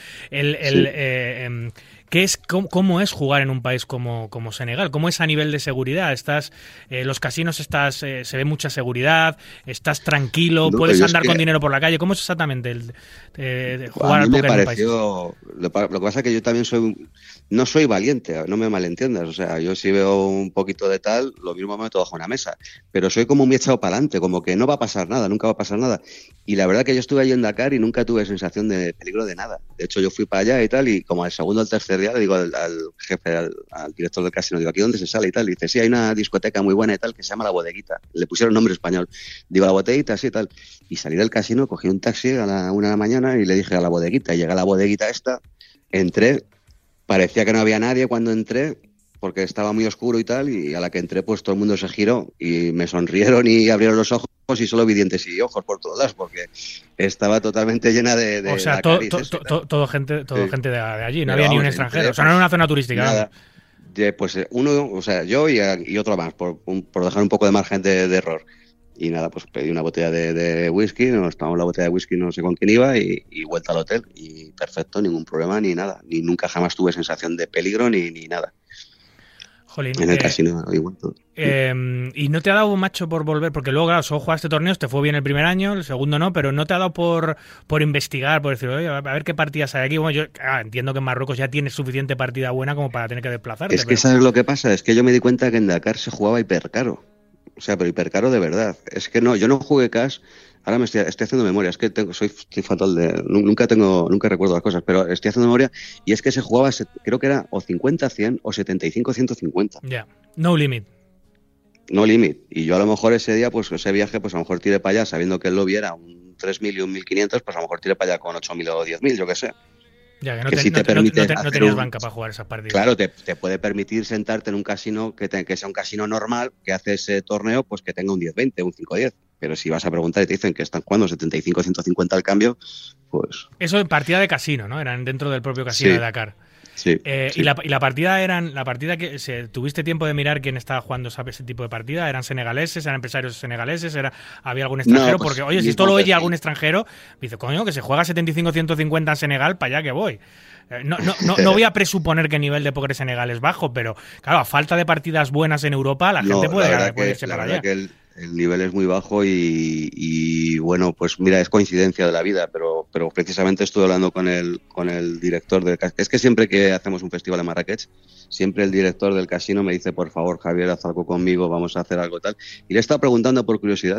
¿Cómo es jugar en un país como Senegal? ¿Cómo es a nivel de seguridad? Los casinos se ve mucha seguridad, estás tranquilo, puedes andar con dinero por la calle. ¿Cómo es exactamente jugar al póker en un país? Lo que pasa es que yo también no soy valiente, no me malentiendas. O sea, yo si veo un poquito de tal, lo mismo me meto bajo una mesa. Pero soy como muy echado para adelante, como que no va a pasar nada, nunca va a pasar nada. Y la verdad que yo estuve allí en Dakar y nunca tuve sensación de peligro de nada. De hecho, yo fui para allá y tal, y como al segundo o al tercer día le digo al jefe, al director del casino, digo, ¿aquí dónde se sale y tal? Y dice, sí, hay una discoteca muy buena y tal que se llama La Bodeguita. Le pusieron nombre español. Digo, La Bodeguita, sí, tal. Y salí del casino, cogí un taxi a la 1 de la mañana y le dije a La Bodeguita. Y llegué a La Bodeguita esta, entré, parecía que no había nadie cuando entré, porque estaba muy oscuro y tal, y a la que entré pues todo el mundo se giró y me sonrieron y abrieron los ojos y solo vi dientes y ojos por todos lados, porque estaba totalmente llena de o sea, todo gente de allí, no había ni un extranjero, o sea, no era una zona turística. Nada. Pues uno, o sea, yo y otro más, por dejar un poco de margen de error. Y nada, pues pedí una botella de whisky, nos tomamos la botella de whisky, no sé con quién iba, y vuelta al hotel. Y perfecto, ningún problema ni nada. Ni nunca jamás tuve sensación de peligro ni nada. Jolín, en el casino igual todo. ¿Y no te ha dado, macho, por volver? Porque luego, claro, solo jugaste torneos, te fue bien el primer año, el segundo no, pero ¿no te ha dado por investigar, por decir, oye, a ver qué partidas hay aquí? Bueno, yo entiendo que en Marruecos ya tienes suficiente partida buena como para tener que desplazarte. Es que ¿sabes lo que pasa? Es que yo me di cuenta que en Dakar se jugaba hipercaro. O sea, pero hipercaro de verdad. Es que no, yo no jugué cash. Ahora estoy haciendo memoria. Es que soy fatal nunca recuerdo las cosas, pero estoy haciendo memoria. Y es que se jugaba, creo que era o 50-100 o 75-150. Ya, no limit. No limit. Y yo a lo mejor ese día, pues ese viaje, pues a lo mejor tiré para allá, sabiendo que el lobby era un 3.000 y un 1.500, pues a lo mejor tiré para allá con 8.000 o 10.000, yo qué sé. Ya, que no tenías banca para jugar esas partidas. Claro, te puede permitir sentarte en un casino que sea un casino normal, que hace ese torneo, pues que tenga un 10-20, un 5-10. Pero si vas a preguntar y te dicen que están jugando 75-150 al cambio, pues... Eso en partida de casino, ¿no? Eran dentro del propio casino de Dakar. Sí, sí. Y la partida que tuviste tiempo de mirar quién estaba jugando ese tipo de partida, eran senegaleses, eran empresarios senegaleses, había algún extranjero, no, pues, porque oye, si esto lo oye algún extranjero, dice, coño, que se juega 75-150 en Senegal, para allá que voy. No voy a presuponer que el nivel de póker Senegal es bajo, pero claro, a falta de partidas buenas en Europa, la gente puede irse para allá. Que el nivel es muy bajo y bueno, pues mira, es coincidencia de la vida, pero precisamente estuve hablando con el director del casino. Es que siempre que hacemos un festival en Marrakech, siempre el director del casino me dice, por favor, Javier, haz algo conmigo, vamos a hacer algo tal. Y le he estado preguntando por curiosidad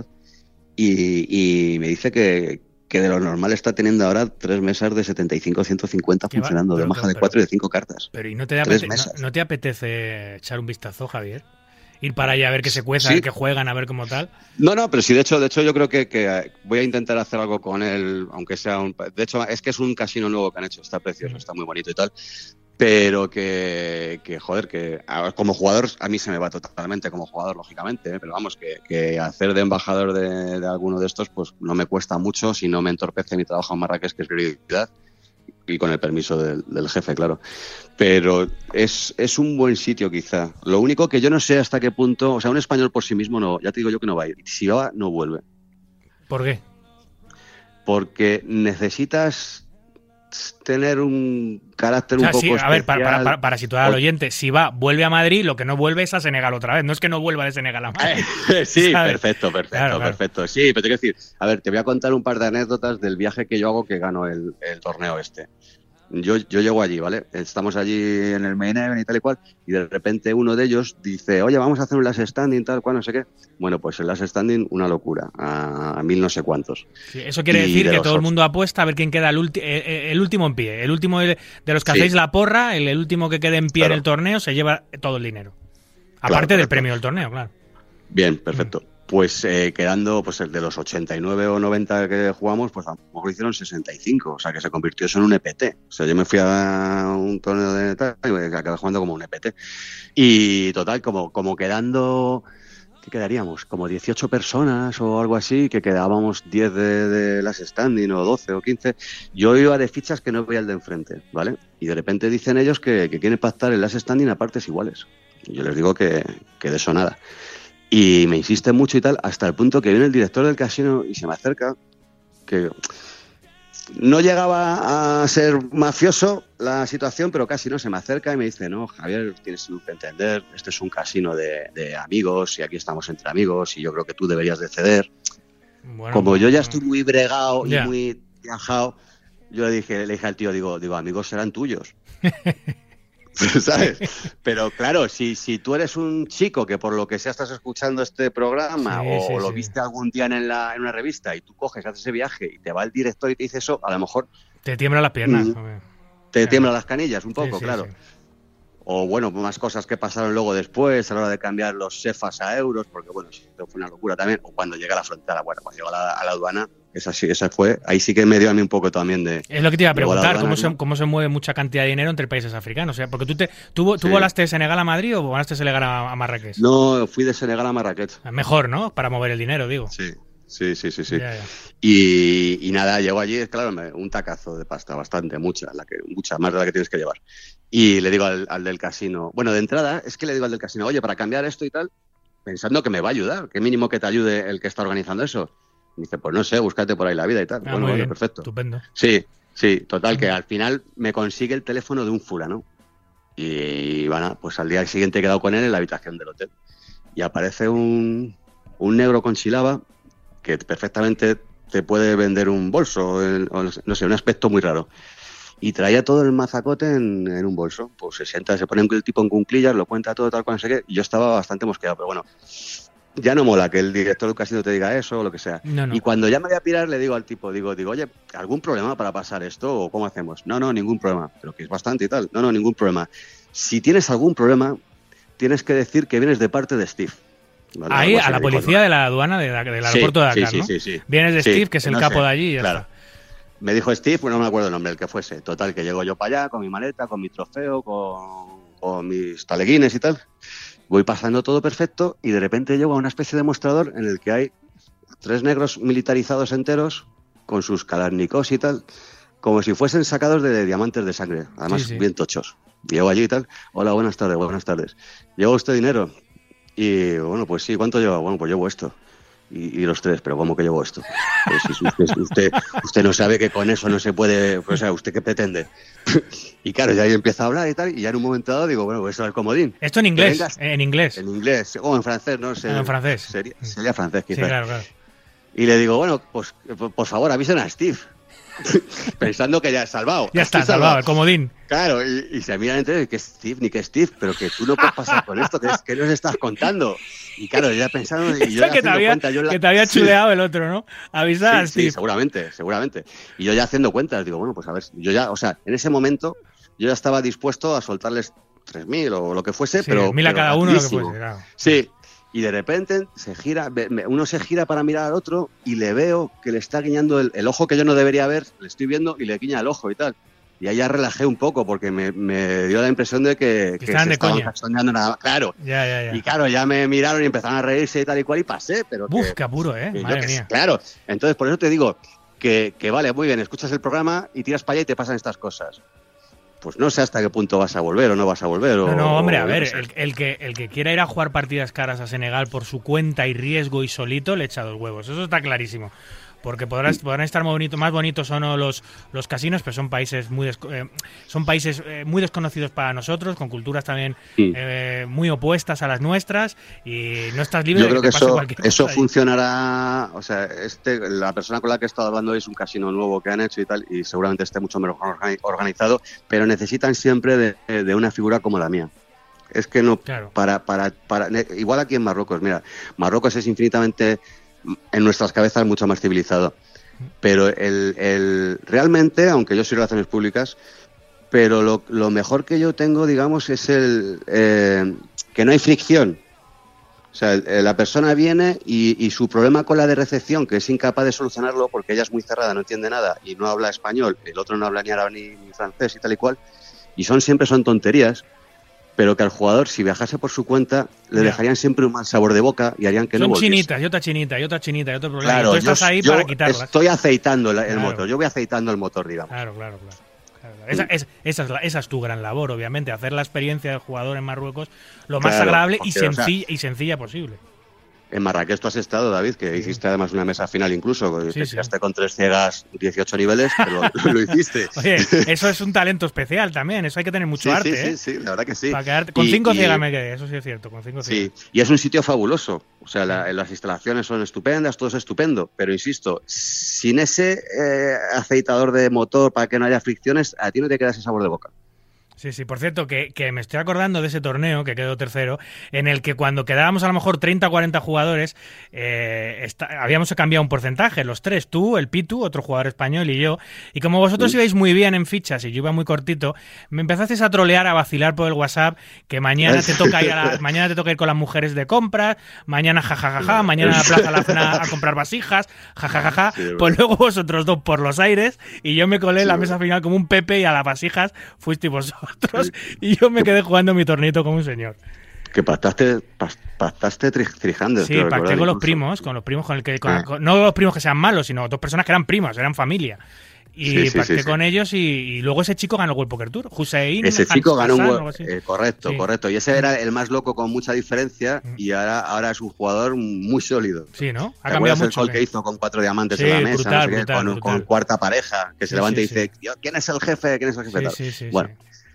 y me dice que de lo normal está teniendo ahora 3 mesas de 75-150 funcionando, de maja de 4 y de 5 cartas. Pero ¿y no te apetece echar un vistazo, Javier? Ir para allá a ver qué se cueza, a ver qué juegan, a ver cómo tal. No, pero sí, de hecho yo creo que voy a intentar hacer algo con él, aunque sea de hecho, es que es un casino nuevo que han hecho, está precioso, está muy bonito y tal, pero que joder, que como jugador, a mí se me va totalmente como jugador, lógicamente, pero vamos, que hacer de embajador de alguno de estos, pues no me cuesta mucho, si no me entorpece mi trabajo en Marrakech, que es prioridad. y con el permiso del jefe, claro. Pero es un buen sitio quizá. Lo único que yo no sé hasta qué punto, o sea, un español por sí mismo no, ya te digo yo que no va a ir. Si va, no vuelve. ¿Por qué? Porque necesitas tener un carácter un poco sí, a ver, especial. para situar al oyente, si va, vuelve a Madrid, lo que no vuelve es a Senegal otra vez. No es que no vuelva de Senegal a Madrid. Sí, ¿sabes? perfecto. Claro. Perfecto. Sí, pero te quiero decir, a ver, te voy a contar un par de anécdotas del viaje que yo hago que gano el torneo este. Yo llego allí, ¿vale? Estamos allí en el main event y tal y cual, y de repente uno de ellos dice, oye, vamos a hacer un last standing, tal cual, no sé qué. Bueno, pues el last standing, una locura, a 1000 no sé cuántos. Sí, eso quiere decir que todo el mundo apuesta a ver quién queda el último en pie. El último de los que hacéis la porra, el último que quede en pie en el torneo, se lleva todo el dinero. Aparte del premio del torneo, claro. Bien, perfecto. Pues quedando, pues el de los 89 o 90 que jugamos, pues a lo mejor hicieron 65, o sea que se convirtió eso en un EPT. O sea, yo me fui a un torneo de tal y acabé jugando como un EPT. Y total, como quedando, ¿qué quedaríamos? Como 18 personas o algo así, que quedábamos 10 de las standing o 12 o 15. Yo iba de fichas que no veía el de enfrente, ¿vale? Y de repente dicen ellos que quieren pactar el last standing a partes iguales. Y yo les digo que de eso nada. Y me insiste mucho y tal, hasta el punto que viene el director del casino y se me acerca, que no llegaba a ser mafioso la situación, pero casi no, se me acerca y me dice, no, Javier, tienes que entender, este es un casino de amigos y aquí estamos entre amigos y yo creo que tú deberías de ceder. Bueno, como yo ya estoy muy bregado y muy viajado, yo le dije al tío, digo, amigos serán tuyos. ¿Sabes? Pero claro, si tú eres un chico que por lo que sea estás escuchando este programa o lo viste algún día en una revista y tú coges, haces ese viaje y te va el director y te dice eso, a lo mejor te tiemblan las piernas. Te tiemblan las canillas un poco, claro. Sí. O bueno, más cosas que pasaron luego después a la hora de cambiar los cefas a euros, porque bueno, eso fue una locura también. O cuando llega a la frontera, bueno, cuando llegó a la aduana, esa fue, ahí sí que me dio a mí un poco también de... Es lo que te iba a preguntar, ¿cómo se mueve mucha cantidad de dinero entre países africanos? O sea, porque ¿tú volaste de Senegal a Madrid o volaste de Senegal a Marrakech? No, fui de Senegal a Marrakech. Mejor, ¿no? Para mover el dinero, digo. Sí. Sí. Ya. Y nada, llego allí, claro, un tacazo de pasta, mucha más de la que tienes que llevar. Y le digo al del casino, bueno, de entrada es que le digo al del casino, oye, para cambiar esto y tal, pensando que me va a ayudar, que mínimo que te ayude el que está organizando eso. Y dice, pues no sé, búscate por ahí la vida y tal. Bueno, perfecto. Estupendo. Sí, total, que al final me consigue el teléfono de un fulano. Y bueno, pues al día siguiente he quedado con él en la habitación del hotel. Y aparece un negro con chilaba que perfectamente te puede vender un bolso, no sé, un aspecto muy raro. Y traía todo el mazacote en un bolso. Pues se sienta, se pone el tipo en cunclillas, lo cuenta todo tal cual, no sé qué. Y yo estaba bastante mosqueado, pero bueno, ya no mola que el director del casino te diga eso o lo que sea. No. Y cuando ya me voy a pirar, le digo al tipo, digo, oye, ¿algún problema para pasar esto o cómo hacemos? No, ningún problema. Pero que es bastante y tal. No, ningún problema. Si tienes algún problema, tienes que decir que vienes de parte de Steve. ¿Vale? Ahí, a la policía de la aduana del aeropuerto de Dakar, ¿no? Sí. Vienes de Steve, que es el capo de allí y ya está. Me dijo Steve, pues no me acuerdo el nombre, el que fuese. Total, que llego yo para allá con mi maleta, con mi trofeo, con mis taleguines y tal. Voy pasando todo perfecto y de repente llego a una especie de mostrador en el que hay 3 negros militarizados enteros con sus kalashnikovs y tal, como si fuesen sacados de diamantes de sangre, además bien tochos. Llego allí y tal, hola, buenas tardes. ¿Lleva usted dinero? Y bueno, pues sí, ¿cuánto lleva? Bueno, pues llevo esto. Y los 3, pero ¿cómo que llevo esto? Pues usted no sabe que con eso no se puede, o sea, ¿usted qué pretende? Y claro, ya ahí empieza a hablar y tal, y ya en un momento dado digo, bueno, pues eso es el comodín. ¿Esto en inglés? En inglés. En inglés, o en francés, no sé. En francés. Sería francés, quizás. Sí, claro. Y le digo, bueno, pues por favor, avisen a Steve. Pensando que ya es salvado. Ya está salvado, el comodín. Claro, y se miran entre que Steve, pero que tú no puedes pasar con esto, que nos estás contando. Y claro, yo ya pensando... Y yo que te había chuleado el otro, ¿no? Avisar a Steve. Sí, seguramente. Y yo ya haciendo cuentas, digo, bueno, pues a ver, yo ya, o sea, en ese momento yo ya estaba dispuesto a soltarles 3.000 o lo que fuese, pero... 1.000 a cada uno, lo que fuese, claro. Sí. Y de repente uno se gira para mirar al otro y le veo que le está guiñando el ojo que yo no debería ver, le estoy viendo y le guiña el ojo y tal. Y ahí ya relajé un poco porque me dio la impresión de que se estaban cachoneando nada más. Claro. Ya. Y claro, ya me miraron y empezaron a reírse y tal y cual y pasé. Pero qué apuro, madre mía. Claro. Entonces, por eso te digo que vale, muy bien, escuchas el programa y tiras para allá y te pasan estas cosas. Pues no sé hasta qué punto vas a volver o no vas a volver. No, hombre, a ver, no sé. el que quiera ir a jugar partidas caras a Senegal por su cuenta y riesgo y solito, le echa 2 huevos. Eso está clarísimo. Porque podrán estar más bonitos o no los casinos, pero son países muy muy desconocidos para nosotros, con culturas también muy opuestas a las nuestras, y no estás libre Yo de creo que te pase cualquier cosa. eso funcionará. O sea, la persona con la que he estado hablando hoy es un casino nuevo que han hecho y tal, y seguramente esté mucho mejor organizado, pero necesitan siempre de una figura como la mía. Es que no, claro. Igual aquí en Marruecos, mira, Marruecos es infinitamente, en nuestras cabezas, mucho más civilizado. Pero realmente, aunque yo soy relaciones públicas, pero lo mejor que yo tengo, digamos, es que no hay fricción. O sea, la persona viene y su problema con la de recepción, que es incapaz de solucionarlo porque ella es muy cerrada, no entiende nada y no habla español, el otro no habla ni árabe ni francés y tal y cual, y siempre son tonterías, pero que al jugador, si viajase por su cuenta, le dejarían siempre un mal sabor de boca y harían que no volviese. Son chinitas, y otra chinita, y otra chinita, y otro problema. Claro, y tú estás ahí para quitarlas. Estoy aceitando el Claro. motor, yo voy aceitando el motor, digamos. Claro. Esa es tu gran labor, obviamente, hacer la experiencia del jugador en Marruecos lo más agradable y sencilla posible. En Marrakech tú has estado, David, que hiciste además una mesa final incluso, te tiraste con 3 ciegas 18 niveles, pero lo hiciste. Oye, eso es un talento especial también, eso hay que tener mucho arte. Sí, la verdad que sí. Para quedarte, con 5 ciegas me quedé, eso sí es cierto, con 5 ciegas. Sí, y es un sitio fabuloso, o sea, las instalaciones son estupendas, todo es estupendo, pero insisto, sin ese aceitador de motor para que no haya fricciones, a ti no te queda ese sabor de boca. Sí, por cierto, que me estoy acordando de ese torneo, que quedó tercero, en el que cuando quedábamos a lo mejor 30 o 40 jugadores, habíamos cambiado un porcentaje, los 3, tú, el Pitu, otro jugador español y yo, y como vosotros ibais muy bien en fichas y yo iba muy cortito, me empezasteis a trolear, a vacilar por el WhatsApp, que mañana te toca ir con las mujeres de compras, mañana jajajaja, mañana a la Plaza La Cena a comprar vasijas, jajajaja, pues luego vosotros 2 por los aires, y yo me colé en la mesa final como un Pepe y a las vasijas fuisteis vosotros. Y yo me quedé jugando mi tornito como un señor. Que pactaste trijando. Sí, pacté con los primos, no los primos que sean malos, sino 2 personas que eran primos, eran familia. Y pacté con ellos y luego ese chico ganó el World Poker Tour. Hussein. Ese chico ganó un World correcto. Y ese era el más loco con mucha diferencia y ahora es un jugador muy sólido. Sí, ¿no? Ha cambiado mucho. El call que hizo con 4 diamantes en la mesa, brutal. Con cuarta pareja, que se levanta y dice, ¿quién es el jefe? Bueno.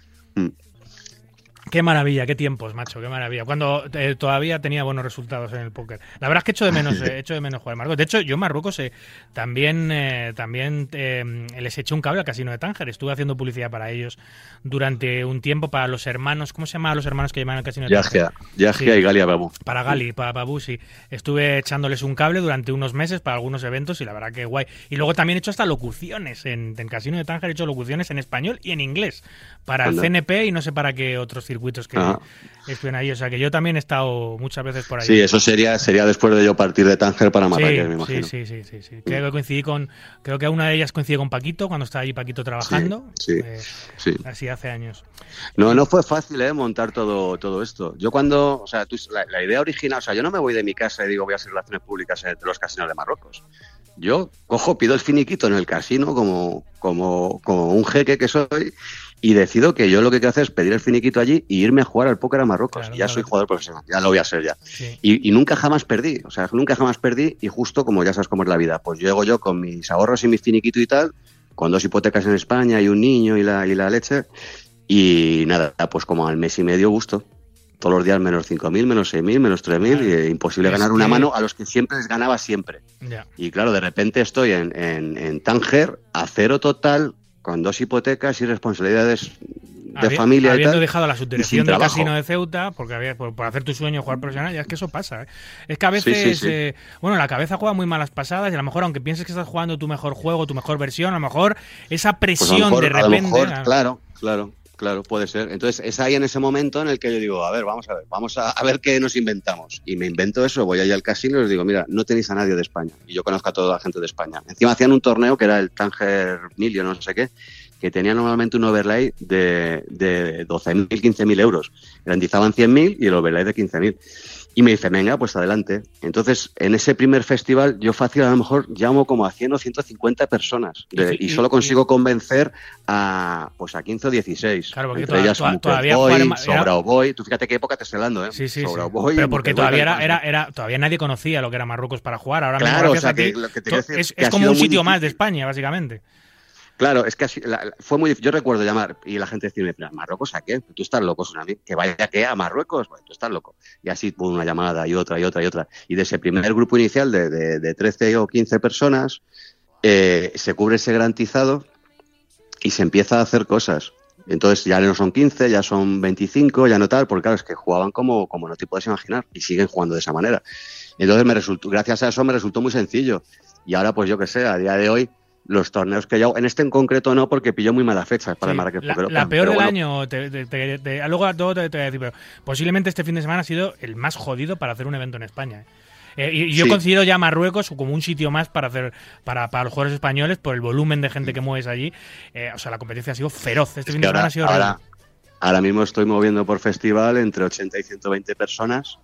Qué maravilla, qué tiempos, macho, qué maravilla. Cuando todavía tenía buenos resultados en el póker. La verdad es que echo de menos jugar en Marruecos. De hecho, yo en Marruecos también les eché un cable al casino de Tánger. Estuve haciendo publicidad para ellos durante un tiempo, para los hermanos. ¿Cómo se llamaban los hermanos que llamaban al casino de Tánger? Yahia y Galia Babu. Para Gali, para Babu, sí. Estuve echándoles un cable durante unos meses para algunos eventos y la verdad que guay. Y luego también he hecho hasta locuciones en casino de Tánger. He hecho locuciones en español y en inglés para el CNP y no sé para qué otros circuitos que estuvieron ahí. O sea que yo también he estado muchas veces por ahí. Sí, eso sería después de yo partir de Tánger para Marrakech, me imagino. Sí. Creo que una de ellas coincidí con Paquito cuando estaba allí Paquito trabajando. Sí. Así hace años. No fue fácil montar todo esto. Yo cuando, o sea, la idea original, o sea, yo no me voy de mi casa y digo voy a hacer relaciones públicas de los casinos de Marruecos. Yo pido el finiquito en el casino como un jeque que soy y decido que yo lo que quiero hacer es pedir el finiquito allí y irme a jugar al póker a Marruecos. Claro, soy jugador profesional, ya lo voy a ser ya. Sí. Y nunca jamás perdí, y justo como ya sabes cómo es la vida, pues llego yo con mis ahorros y mi finiquito y tal, con 2 hipotecas en España y un niño y la leche, y nada, pues como al mes y medio gusto. Todos los días menos 5.000, menos 6.000, menos 3.000, y imposible ganar una mano a los que siempre les ganaba siempre. Yeah. Y claro, de repente estoy en Tánger a 0 total, con 2 hipotecas y responsabilidades de familia habiendo y tal, dejado la subdirección del casino de Ceuta porque por hacer tu sueño jugar profesional, ya es que eso pasa, ¿eh? Es que a veces la cabeza juega muy malas pasadas y a lo mejor aunque pienses que estás jugando tu mejor juego, tu mejor versión, a lo mejor esa presión de repente Claro, puede ser. Entonces es ahí en ese momento en el que yo digo, vamos a ver qué nos inventamos. Y me invento eso, voy ahí al casino y les digo, mira, no tenéis a nadie de España. Y yo conozco a toda la gente de España. Encima hacían un torneo que era el Tánger Million, no sé qué, que tenía normalmente un overlay de 12.000, 15.000 euros. Garantizaban 100.000 y el overlay de 15.000. Y me dice, venga, pues adelante. Entonces, en ese primer festival, yo fácil a lo mejor llamo como a 100 o 150 personas. Y solo consigo convencer a 15 o 16. Claro, porque entre ellas todavía Boy, Sobrao Boy. Tú fíjate qué época te estoy hablando, ¿eh? Sí. Boy, pero porque todavía todavía nadie conocía lo que era Marruecos para jugar. Ahora claro, mismo, o sea, que lo que te quiero decir es como un sitio más de España, básicamente. Claro, es que fue muy difícil. Yo recuerdo llamar y la gente decirme, ¿pero ¿Marruecos a qué? Tú estás loco, Tsunami. ¿Que vaya a qué? ¿A Marruecos? Bueno, tú estás loco. Y así por una llamada y otra. Y de ese primer grupo inicial de 13 o 15 personas, se cubre ese garantizado y se empieza a hacer cosas. Entonces ya no son 15, ya son 25, ya no tal, porque claro, es que jugaban como no te puedes imaginar y siguen jugando de esa manera. Entonces gracias a eso me resultó muy sencillo. Y ahora, pues yo qué sé, a día de hoy, los torneos que yo... En este en concreto no, porque pilló muy malas fechas para el Marrakech Poker Open. La peor del año, luego todo te voy a decir, pero posiblemente este fin de semana ha sido el más jodido para hacer un evento en España. Y yo considero ya Marruecos como un sitio más para hacer para los jugadores españoles por el volumen de gente que mueves allí. O sea, la competencia ha sido feroz. Este fin de semana ha sido real. Ahora mismo estoy moviendo por festival entre 80 y 120 personas,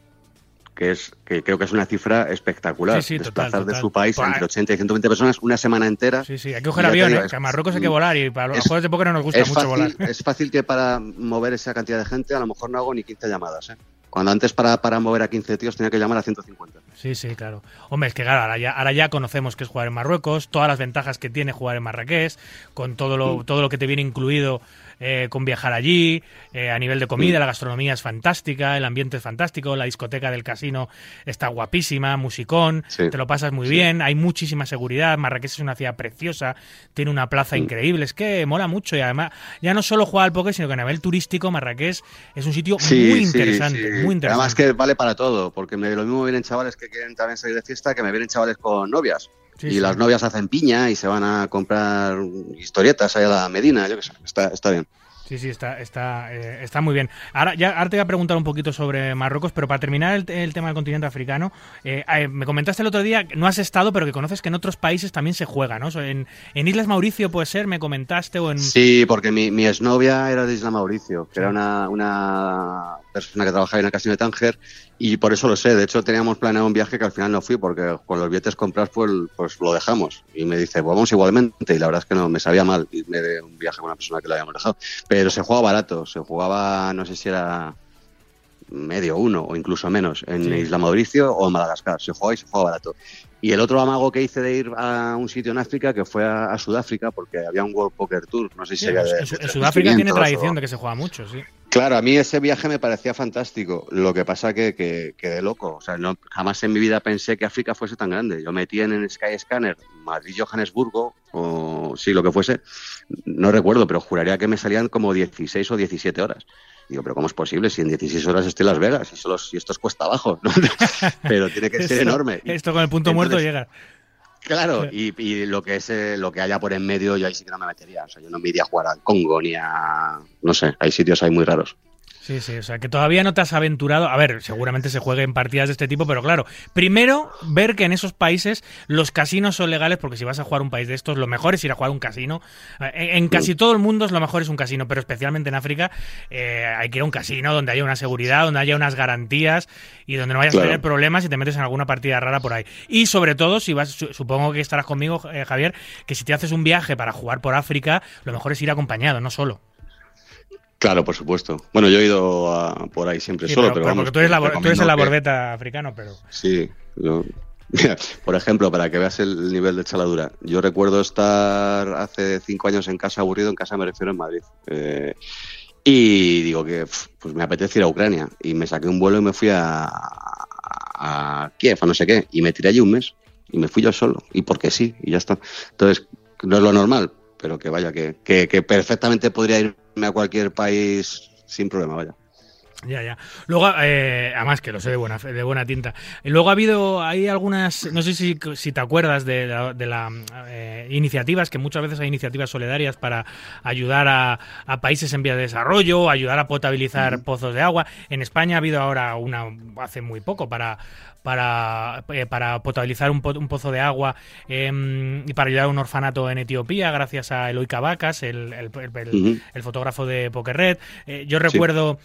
que creo que es una cifra espectacular. Desplazar total. De su país entre 80 y 120 personas una semana entera. Sí, hay que coger avión, que a Marruecos hay que volar y para los juegos de póker no nos gusta mucho volar. Es fácil que para mover esa cantidad de gente a lo mejor no hago ni 15 llamadas, Cuando antes para mover a 15 tíos tenía que llamar a 150. Sí, claro. Hombre, es que claro, ahora ya conocemos que es jugar en Marruecos, todas las ventajas que tiene jugar en Marrakech, con todo lo que te viene incluido con viajar allí, a nivel de comida, la gastronomía es fantástica, el ambiente es fantástico, la discoteca del casino está guapísima, musicón, te lo pasas muy bien, hay muchísima seguridad, Marrakech es una ciudad preciosa, tiene una plaza increíble, es que mola mucho y además ya no solo juega al póker, sino que a nivel turístico Marrakech es un sitio muy interesante, muy interesante. Además que vale para todo, porque lo mismo vienen chavales que quieren también salir de fiesta que me vienen chavales con novias. Las novias hacen piña y se van a comprar historietas allá a la Medina, yo qué sé, está bien. Sí, está muy bien. Ahora te voy a preguntar un poquito sobre Marruecos, pero para terminar el tema del continente africano, me comentaste el otro día, no has estado, pero que conoces que en otros países también se juega, ¿no? En Islas Mauricio, puede ser, me comentaste, o en... Sí, porque mi exnovia era de Isla Mauricio, que era una persona que trabajaba en el casino de Tánger, y por eso lo sé. De hecho, teníamos planeado un viaje que al final no fui, porque con los billetes comprados pues lo dejamos. Y me dice, pues vamos igualmente, y la verdad es que no, me sabía mal irme de un viaje con una persona que lo habíamos dejado. Pero se jugaba barato, se jugaba, no sé si era medio uno o incluso menos, en Isla Mauricio o en Madagascar. Se jugaba barato. Y el otro amago que hice de ir a un sitio en África, que fue a Sudáfrica, porque había un World Poker Tour, no sé si sería de Sudáfrica tiene tradición de que se juega mucho, sí. Claro, a mí ese viaje me parecía fantástico. Lo que pasa que quedé loco. O sea, jamás en mi vida pensé que África fuese tan grande. Yo metí en el Skyscanner Madrid-Johannesburgo, o sí, lo que fuese, no recuerdo, pero juraría que me salían como 16 o 17 horas. Digo, pero ¿cómo es posible si en 16 horas estoy en Las Vegas y esto es cuesta abajo, ¿no? Pero tiene que ser enorme. Esto con el punto muerto llega. Claro, y lo que haya por en medio, yo ahí sí que no me metería. O sea, yo no me iría a jugar al Congo ni a... No sé, hay sitios ahí muy raros. Sí, o sea, que todavía no te has aventurado. A ver, seguramente se jueguen partidas de este tipo, pero claro, primero ver que en esos países los casinos son legales, porque si vas a jugar un país de estos, lo mejor es ir a jugar un casino. En casi todo el mundo lo mejor es un casino, pero especialmente en África hay que ir a un casino donde haya una seguridad, donde haya unas garantías y donde no vayas a tener problemas si te metes en alguna partida rara por ahí. Y sobre todo, si vas, supongo que estarás conmigo, Javier, que si te haces un viaje para jugar por África, lo mejor es ir acompañado, no solo. Claro, por supuesto. Bueno, yo he ido por ahí siempre solo, pero vamos, porque tú eres el labordeta africano, pero... Sí, por ejemplo, para que veas el nivel de chaladura, yo recuerdo estar hace 5 años en casa aburrido, en casa me refiero en Madrid, y digo que pues me apetece ir a Ucrania, y me saqué un vuelo y me fui a Kiev, a no sé qué, y me tiré allí un mes, y me fui yo solo, y porque sí, y ya está. Entonces, no es lo normal, pero que vaya, que perfectamente podría irme a cualquier país sin problema, vaya. Ya. Luego, además que lo sé de buena tinta. Y luego hay algunas, no sé si te acuerdas de la iniciativas, que muchas veces hay iniciativas solidarias para ayudar a países en vías de desarrollo, ayudar a potabilizar pozos de agua. En España ha habido ahora una, hace muy poco, para potabilizar un pozo de agua y para ayudar a un orfanato en Etiopía, gracias a Eloy Cavacas, el fotógrafo de Poker Red. Yo recuerdo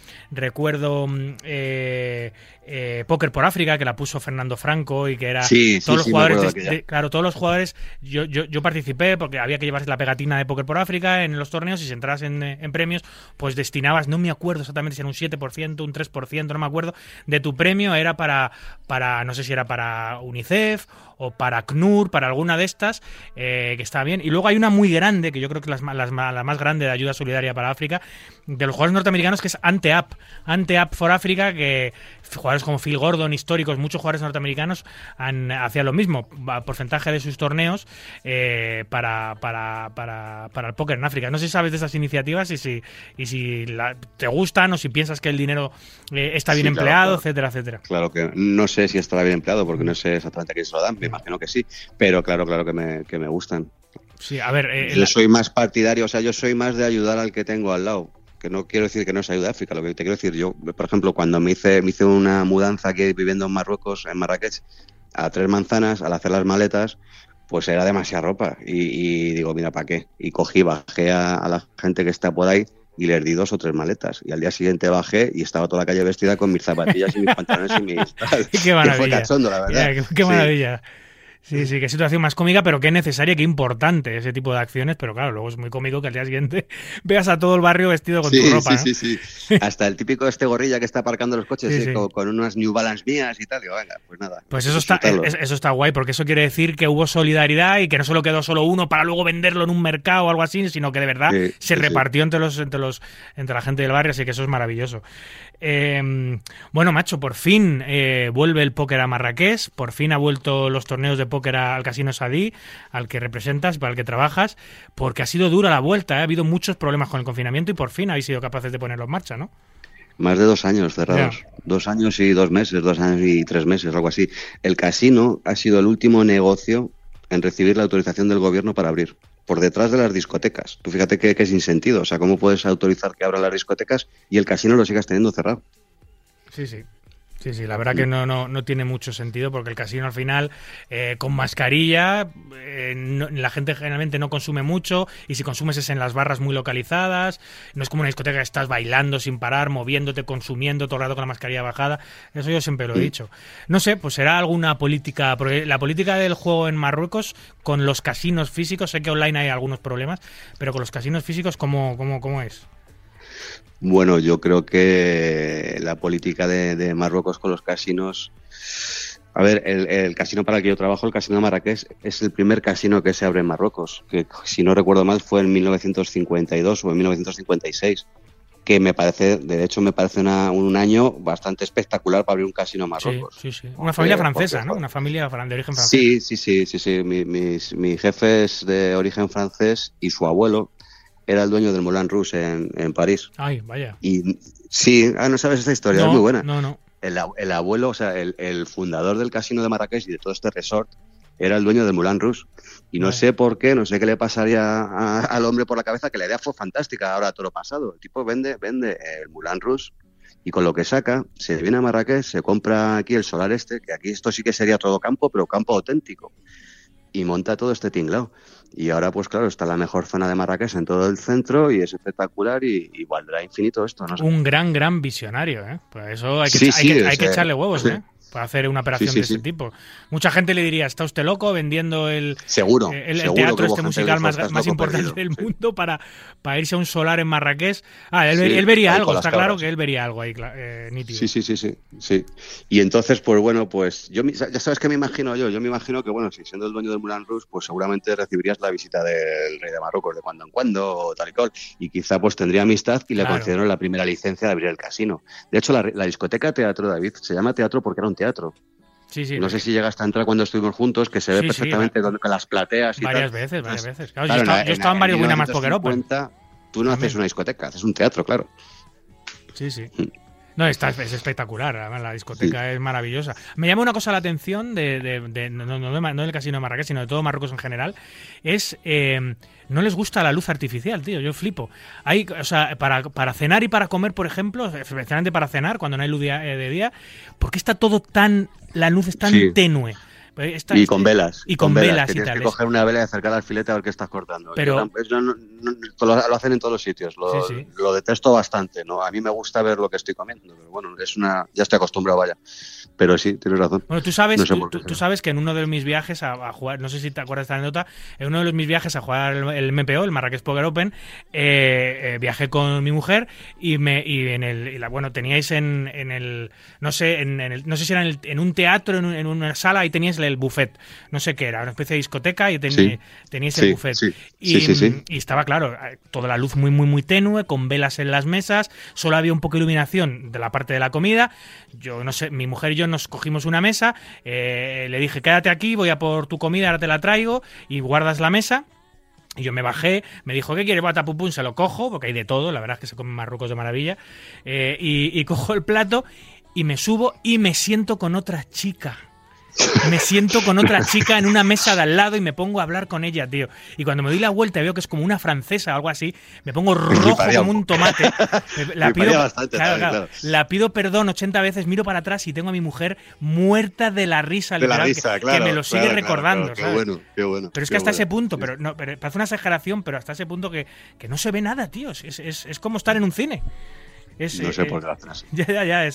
Póker por África, que la puso Fernando Franco, y que era todos los jugadores todos los jugadores. Yo participé porque había que llevarse la pegatina de Póker por África en los torneos, y si entras en premios, pues destinabas, no me acuerdo exactamente si era un 7%, un 3%, no me acuerdo, de tu premio era para no sé si era para UNICEF o para ACNUR, para alguna de estas, que estaba bien. Y luego hay una muy grande, que yo creo que la más grande de ayuda solidaria para África, de los jugadores norteamericanos, que es Ante-Up for Africa, que jugadores como Phil Gordon, históricos, muchos jugadores norteamericanos hacían lo mismo, porcentaje de sus torneos para el póker en África. No sé si sabes de esas iniciativas y si te gustan, o si piensas que el dinero está bien empleado, claro. etcétera. Claro que no sé si estará bien empleado, porque no sé exactamente a quién se lo dan, me imagino que sí, pero claro que me gustan. Sí, a ver, yo soy más partidario, o sea, yo soy más de ayudar al que tengo al lado. Que no quiero decir que no se ayude a África, lo que te quiero decir, yo, por ejemplo, cuando me hice una mudanza aquí viviendo en Marruecos, en Marrakech, a Tres Manzanas, al hacer las maletas, pues era demasiada ropa, y digo, mira, ¿para qué? Y bajé a la gente que está por ahí y les di 2 o 3 maletas, y al día siguiente bajé y estaba toda la calle vestida con mis zapatillas y mis pantalones y mis... ¡Qué maravilla! Que fue cachondo, la verdad. ¡Qué maravilla! Sí, qué situación más cómica, pero qué necesaria, qué importante ese tipo de acciones. Pero claro, luego es muy cómico que al día siguiente veas a todo el barrio vestido con tu ropa. Sí. Hasta el típico gorrilla que está aparcando los coches con unas New Balance mías y tal. Digo, venga, pues nada. Pues eso está guay, porque eso quiere decir que hubo solidaridad y que no solo quedó solo uno para luego venderlo en un mercado o algo así, sino que de verdad se repartió entre la gente del barrio, así que eso es maravilloso. Bueno, macho, por fin vuelve el póker a Marrakech, por fin ha vuelto los torneos de póker al Casino Sadí, al que representas, para el que trabajas, porque ha sido dura la vuelta, ha habido muchos problemas con el confinamiento y por fin habéis sido capaces de ponerlo en marcha, ¿no? Más de 2 años cerrados, 2 años y 2 meses, 2 años y 3 meses, algo así. El casino ha sido el último negocio en recibir la autorización del gobierno para abrir, por detrás de las discotecas. Tú fíjate que es sin sentido, o sea, ¿cómo puedes autorizar que abran las discotecas y el casino lo sigas teniendo cerrado? Sí, la verdad que no tiene mucho sentido, porque el casino al final, con mascarilla, la gente generalmente no consume mucho, y si consumes es en las barras muy localizadas, no es como una discoteca que estás bailando sin parar, moviéndote, consumiendo todo el rato con la mascarilla bajada. Eso yo siempre lo he dicho. No sé, pues será alguna política, porque la política del juego en Marruecos con los casinos físicos, sé que online hay algunos problemas, pero con los casinos físicos, ¿cómo es? Bueno, yo creo que la política de Marruecos con los casinos... A ver, el casino para el que yo trabajo, el Casino de Marrakech, es el primer casino que se abre en Marruecos, que si no recuerdo mal fue en 1952 o en 1956, que me parece un año bastante espectacular para abrir un casino en Marruecos. Sí. Una familia francesa, ¿no? Una familia de origen francés. Sí. Mi jefe es de origen francés y su abuelo era el dueño del Moulin Rouge en París. Ay, vaya. Y sí, no sabes esta historia, es muy buena. No. El abuelo, o sea, el fundador del casino de Marrakech y de todo este resort, era el dueño del Moulin Rouge. Y no sé por qué, no sé qué le pasaría al hombre por la cabeza, que la idea fue fantástica, ahora todo lo pasado. El tipo vende el Moulin Rouge y con lo que saca, se viene a Marrakech, se compra aquí el solar que aquí esto sí que sería todo campo, pero campo auténtico. Y monta todo este tinglao. Y ahora, pues claro, está la mejor zona de Marrakech en todo el centro y es espectacular y valdrá infinito esto, ¿no? Un gran visionario, ¿eh? Pues eso hay que echarle huevos, ¿eh? Para hacer una operación de ese tipo. Mucha gente le diría, está usted loco vendiendo el teatro musical más importante del mundo para irse a un solar en Marrakech. Él vería algo, está claro que él vería algo ahí, nítido. Sí. Y entonces, pues bueno, pues yo ya sabes que me imagino yo me imagino que, bueno, si siendo el dueño del Moulin Rouge, pues seguramente recibirías la visita del rey de Marruecos de cuando en cuando, o tal y cual, y quizá pues tendría amistad y le concedieron la primera licencia de abrir el casino. De hecho, la discoteca Teatro, David, se llama teatro porque era un teatro. Sí. No sé si llegaste a entrar cuando estuvimos juntos, que se ve perfectamente con las plateas y varias tal. veces. Claro, yo estaba en varios Winamax Poker Open. Tú no haces una discoteca, haces un teatro, claro. Sí. No, es espectacular, además la discoteca es maravillosa. Me llama una cosa la atención no del casino de Marrakech, sino de todo Marruecos en general, es no les gusta la luz artificial, tío, yo flipo. Hay, o sea, para cenar y para comer, por ejemplo, especialmente para cenar, cuando no hay luz de día, ¿por qué está todo la luz es tan tenue? Y con velas. Y con velas que y tal. Tienes que coger una vela y acercar al filete a ver qué estás cortando. Pero lo hacen en todos los sitios. Lo detesto bastante, ¿no? A mí me gusta ver lo que estoy comiendo. Pero bueno, ya estoy acostumbrado, vaya. Pero sí, tienes razón. Bueno, tú sabes que en uno de mis viajes a jugar, no sé si te acuerdas de esta anécdota, en uno de mis viajes a jugar el MPO, el Marrakech Poker Open, viajé con mi mujer bueno, teníais en el no sé si era en un teatro, en una sala, y teníais el buffet, no sé qué era, una especie de discoteca, y teníais el buffet. Y estaba, claro, toda la luz muy, muy, muy tenue, con velas en las mesas, solo había un poco de iluminación de la parte de la comida. Yo no sé, mi mujer y yo nos cogimos una mesa, le dije, quédate aquí, voy a por tu comida, ahora te la traigo, y guardas la mesa. Y yo me bajé, me dijo, ¿qué quieres? Batapupún, se lo cojo, porque hay de todo, la verdad es que se come en Marruecos de maravilla, y cojo el plato, y me subo, y me siento con otra chica. Me siento con otra chica en una mesa de al lado y me pongo a hablar con ella, tío. Y cuando me doy la vuelta y veo que es como una francesa o algo así, me pongo rojo como un tomate. La pido perdón 80 veces, miro para atrás y tengo a mi mujer muerta de la risa, literal, que me lo sigue recordando. ¿sabes? Qué bueno. Pero es que hasta ese punto, pero parece una exageración, pero hasta ese punto que no se ve nada, tío. Es como estar en un cine. No sé por qué lo hacen así. Ya,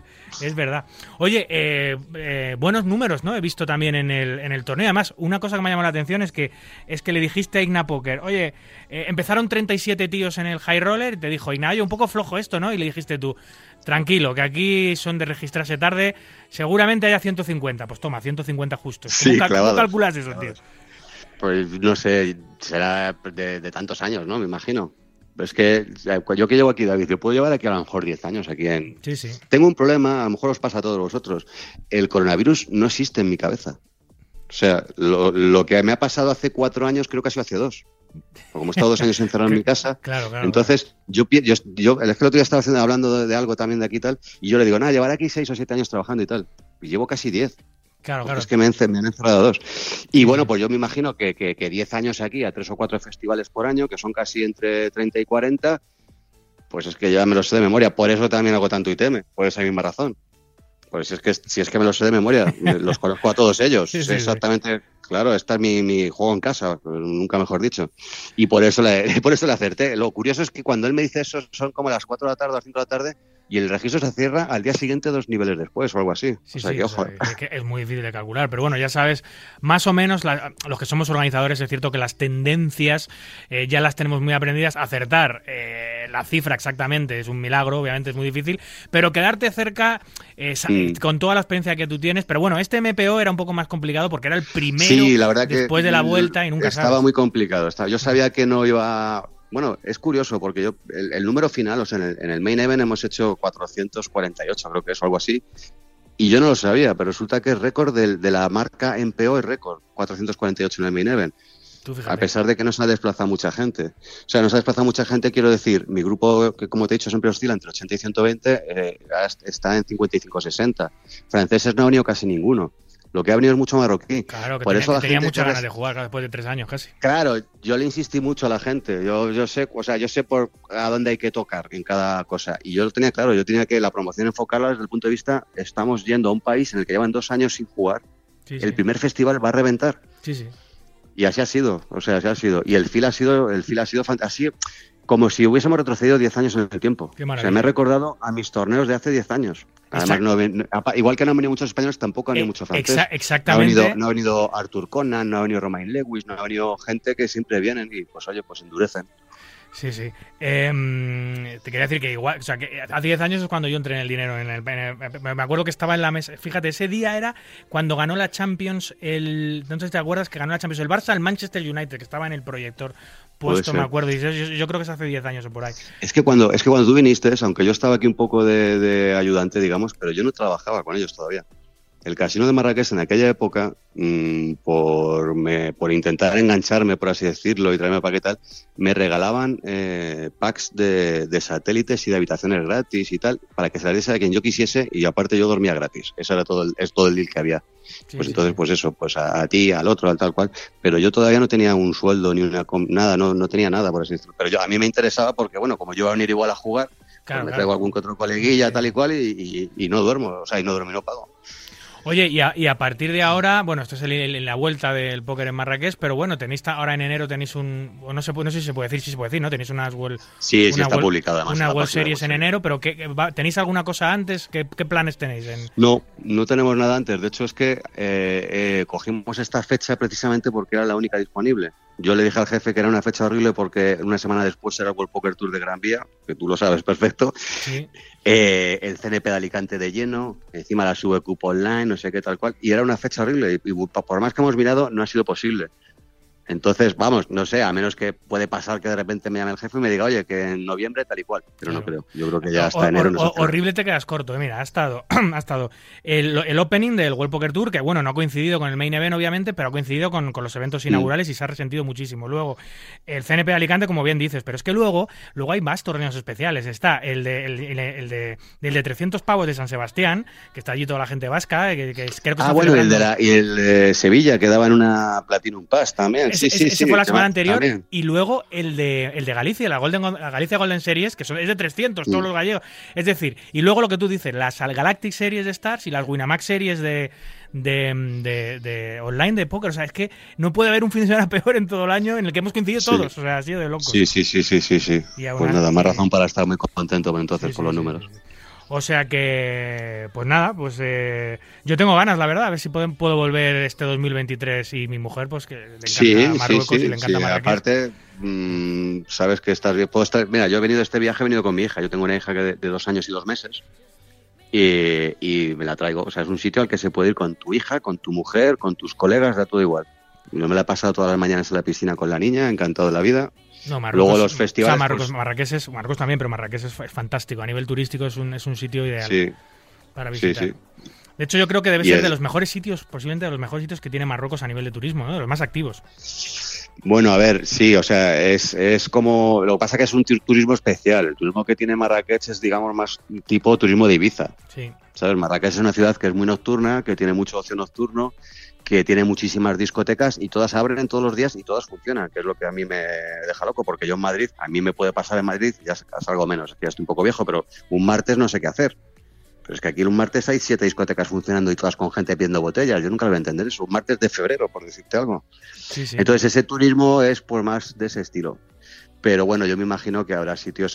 es verdad. Oye, buenos números, ¿no? He visto también en el torneo. Además, una cosa que me ha llamado la atención es que le dijiste a Igna Poker, oye, empezaron 37 tíos en el high roller, y te dijo, Igna, oye, un poco flojo esto, ¿no? Y le dijiste tú, tranquilo, que aquí son de registrarse tarde, seguramente haya 150. Pues toma, 150 justos. ¿Cómo calculas eso, tío? Pues no sé, será de tantos años, ¿no? Me imagino. Es que yo que llevo aquí, David, yo puedo llevar aquí a lo mejor 10 años aquí en... Sí. Tengo un problema, a lo mejor os pasa a todos vosotros. El coronavirus no existe en mi cabeza. O sea, lo que me ha pasado hace 4 años creo que ha sido hace 2. Como he estado 2 años encerrado en mi casa, claro, entonces yo es que el otro día estaba hablando de algo también de aquí y tal, y yo le digo, nada, llevar aquí 6 o 7 años trabajando y tal. Y llevo casi 10. Claro. Es que me han encerrado 2. Y bueno, pues yo me imagino que 10 años aquí, a 3 o 4 festivales por año, que son casi entre 30 y 40, pues es que ya me lo sé de memoria. Por eso también hago tanto ITM, por esa misma razón. Pues si es que me lo sé de memoria, los conozco a todos ellos. Sí. Exactamente, claro, este es mi juego en casa, nunca mejor dicho. Y por eso le acerté. Lo curioso es que cuando él me dice eso, son como las 4 de la tarde o las 5 de la tarde, y el registro se cierra al día siguiente 2 niveles después o algo así. Ojo. Es muy difícil de calcular, pero bueno, ya sabes, más o menos los que somos organizadores, es cierto que las tendencias ya las tenemos muy aprendidas. Acertar la cifra exactamente es un milagro, obviamente es muy difícil, pero quedarte cerca con toda la experiencia que tú tienes. Pero bueno, este MPO era un poco más complicado porque era el primero la verdad después de la vuelta y nunca estaba muy complicado. Yo sabía que no iba... Bueno, es curioso porque yo el número final, o sea, en el main event hemos hecho 448, creo que es o algo así, y yo no lo sabía, pero resulta que es récord de la marca MPO, es récord, 448 en el main event. A pesar de que no se ha desplazado mucha gente. O sea, no se ha desplazado mucha gente, quiero decir, mi grupo, que como te he dicho siempre oscila entre 80 y 120, está en 55-60. Franceses no ha venido casi ninguno. Lo que ha venido es mucho marroquí. Claro, que por eso tenía muchas ganas de jugar después de 3 años casi. Claro, yo le insistí mucho a la gente. Yo sé por a dónde hay que tocar en cada cosa. Y yo lo tenía claro, yo tenía que la promoción enfocarla desde el punto de vista, estamos yendo a un país en el que llevan 2 años sin jugar. El primer festival va a reventar. Sí. Y así ha sido, así ha sido. Y el feel ha sido fantástico, como si hubiésemos retrocedido 10 años en el tiempo. Qué maravilla. Me he recordado a mis torneos de hace 10 años. Además, igual que no han venido muchos españoles, tampoco han venido muchos franceses. Exactamente. No ha venido Arthur Conan, no ha venido Romain Lewis, no ha venido gente que siempre vienen y, pues oye, pues endurecen. Sí. Te quería decir que igual, o sea, que hace 10 años es cuando yo entré en el dinero. Me acuerdo que estaba en la mesa. Fíjate, ese día era cuando ganó la Champions, no sé si te acuerdas, que ganó la Champions el Barça, el Manchester United, que estaba en el proyector puesto, me acuerdo. Y yo creo que es hace 10 años o por ahí. Es que cuando tú viniste, aunque yo estaba aquí un poco de ayudante, digamos, pero yo no trabajaba con ellos todavía. el casino de Marrakech en aquella época, por intentar engancharme, por así decirlo, y traerme para qué tal, me regalaban packs de satélites y de habitaciones gratis y tal, para que se las diese a quien yo quisiese, y aparte yo dormía gratis. Eso era todo el deal que había. Sí, pues sí, entonces, sí. pues eso, pues a ti, al otro, al tal cual. Pero yo todavía no tenía un sueldo ni nada, no tenía nada, por así decirlo. Pero a mí me interesaba porque, bueno, como yo iba a venir igual a jugar, Claro, pues me claro. traigo algún que otro coleguilla, tal y cual, y no duermo, o sea, y no duermo y no pago. Oye, y a partir de ahora, bueno, esto es la vuelta del póker en Marrakech, pero bueno, tenéis ahora en enero tenéis o no sé si se puede decir, ¿no? Tenéis unas World, Sí, una está World- publicada además. una en la World página de Series en enero, pero ¿tenéis alguna cosa antes? ¿Qué planes tenéis? No tenemos nada antes. De hecho, es que cogimos esta fecha precisamente porque era la única disponible. Yo le dije al jefe que era una fecha horrible porque una semana después era el World Poker Tour de Gran Vía, que tú lo sabes perfecto. Sí. El CNP de Alicante de lleno, encima la sube cupo online, no sé qué tal cual. Y era una fecha horrible. Y por más que hemos mirado, no ha sido posible. Entonces, vamos, no sé, a menos que puede pasar que de repente me llame el jefe y me diga, oye, que en noviembre tal y cual. Pero Claro. no creo. Yo creo que ya hasta enero no se hace nada. Horrible te quedas corto. Mira, ha estado el opening del World Poker Tour, que bueno, no ha coincidido con el main event, obviamente, pero ha coincidido con los eventos inaugurales y se ha resentido muchísimo. Luego, el CNP de Alicante, como bien dices, pero es que luego hay más torneos especiales. Está el de 300 pavos de San Sebastián, que está allí toda la gente vasca, creo que está Bueno, celebrando. y el de Sevilla, que daban una Platinum Pass también. Ese fue la semana anterior. También. Y luego el de Galicia, la Galicia Golden Series, que es de 300, todos los gallegos. Es decir, y luego lo que tú dices, las Galactic Series de Stars y las Winamax Series de online de póker. O sea, es que no puede haber un fin de semana peor en todo el año en el que hemos coincidido todos. O sea, ha sido de locos. Sí. Y aún Pues así- nada, más razón para estar muy contento entonces Sí, con los sí, números. sí. O sea que, pues nada, pues yo tengo ganas, la verdad, a ver si puedo volver este 2023 y mi mujer, pues que le encanta Marruecos y le encanta Marrakech. Aparte, sabes que estás bien. Mira, yo he venido he venido con mi hija. Yo tengo una hija de 2 años y 2 meses y me la traigo. O sea, es un sitio al que se puede ir con tu hija, con tu mujer, con tus colegas, da todo igual. Yo me la he pasado todas las mañanas en la piscina con la niña, encantado de la vida. No, Marruecos, Luego los festivales, o sea, pues- Marruecos también, pero Marrakech es fantástico. A nivel turístico es un sitio ideal Sí, para visitar. sí. De hecho, yo creo que debe Y ser el- de los mejores sitios, posiblemente de los mejores sitios que tiene Marruecos a nivel de turismo, ¿no? De los más activos. Bueno, a ver, sí, o sea, es como... Lo que pasa que es un turismo especial. El turismo que tiene Marrakech es, digamos, más tipo turismo de Ibiza. Sí. ¿Sabes? Marrakech es una ciudad que es muy nocturna, que tiene mucho ocio nocturno, que tiene muchísimas discotecas y todas abren todos los días y todas funcionan, que es lo que a mí me deja loco, porque yo en Madrid, a mí me puede pasar en Madrid, ya salgo menos, ya estoy un poco viejo, pero un martes no sé qué hacer. Pero es que aquí un martes hay 7 discotecas funcionando y todas con gente pidiendo botellas. Yo nunca lo voy a entender eso. Un martes de febrero, por decirte algo. Sí. Entonces ese turismo es pues más de ese estilo. Pero bueno, yo me imagino que habrá sitios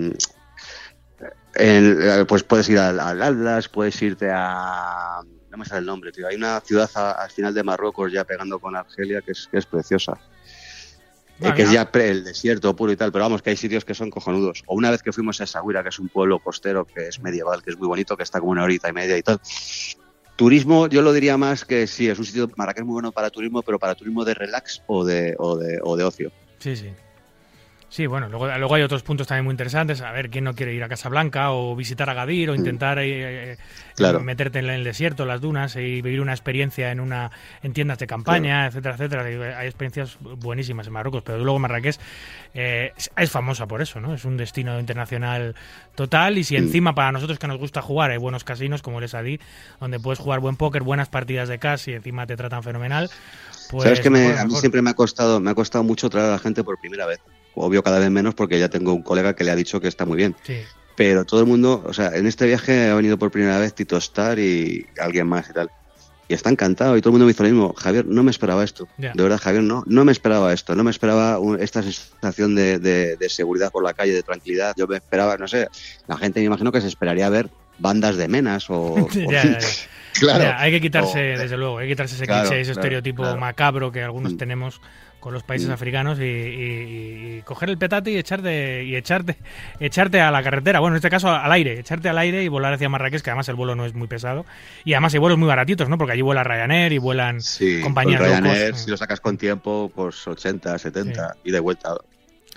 pues puedes ir al Atlas, puedes irte a... No me sale el nombre, tío. Hay una ciudad al final de Marruecos ya pegando con Argelia que es preciosa. Que es ya el desierto puro y tal, pero vamos, que hay sitios que son cojonudos. O una vez que fuimos a Essaouira, que es un pueblo costero, que es medieval, que es muy bonito, que está como 1 horita y media y tal. Turismo, yo lo diría más que sí, es un sitio, Marrakech muy bueno para turismo, pero para turismo de relax o de ocio. Sí. Sí, bueno, luego hay otros puntos también muy interesantes. A ver, ¿quién no quiere ir a Casablanca o visitar Agadir o intentar Claro. meterte en el desierto, las dunas y vivir una experiencia en tiendas de campaña, etcétera, etcétera? Hay experiencias buenísimas en Marruecos, pero luego Marrakech es famosa por eso, ¿no? Es un destino internacional total y si encima para nosotros que nos gusta jugar hay buenos casinos como el Esadi, donde puedes jugar buen póker, buenas partidas de cash y encima te tratan fenomenal, pues... ¿Sabes que mejor, a mí mejor. siempre me ha costado mucho traer a la gente por primera vez? Obvio cada vez menos porque ya tengo un colega que le ha dicho que está muy bien. Sí. Pero todo el mundo, o sea, en este viaje ha venido por primera vez Tito Star y alguien más y tal. Y está encantado y todo el mundo me dice lo mismo. Javier, no me esperaba esto. Ya. De verdad, Javier, no me esperaba esto. No me esperaba esta sensación de seguridad por la calle, de tranquilidad. Yo me esperaba, no sé, la gente me imagino que se esperaría a ver bandas de menas o... Ya. Claro. Ya, hay que quitarse, desde luego, hay que quitarse ese Claro, cliché, ese claro, estereotipo claro. macabro que algunos tenemos con los países africanos y coger el petate y echarte a la carretera, bueno, en este caso al aire, echarte al aire y volar hacia Marrakech, que además el vuelo no es muy pesado y además hay vuelos muy baratitos, ¿no? Porque allí vuela Ryanair y vuelan compañías con low Ryanair, cost. si lo sacas con tiempo, pues 80, 70 y de vuelta.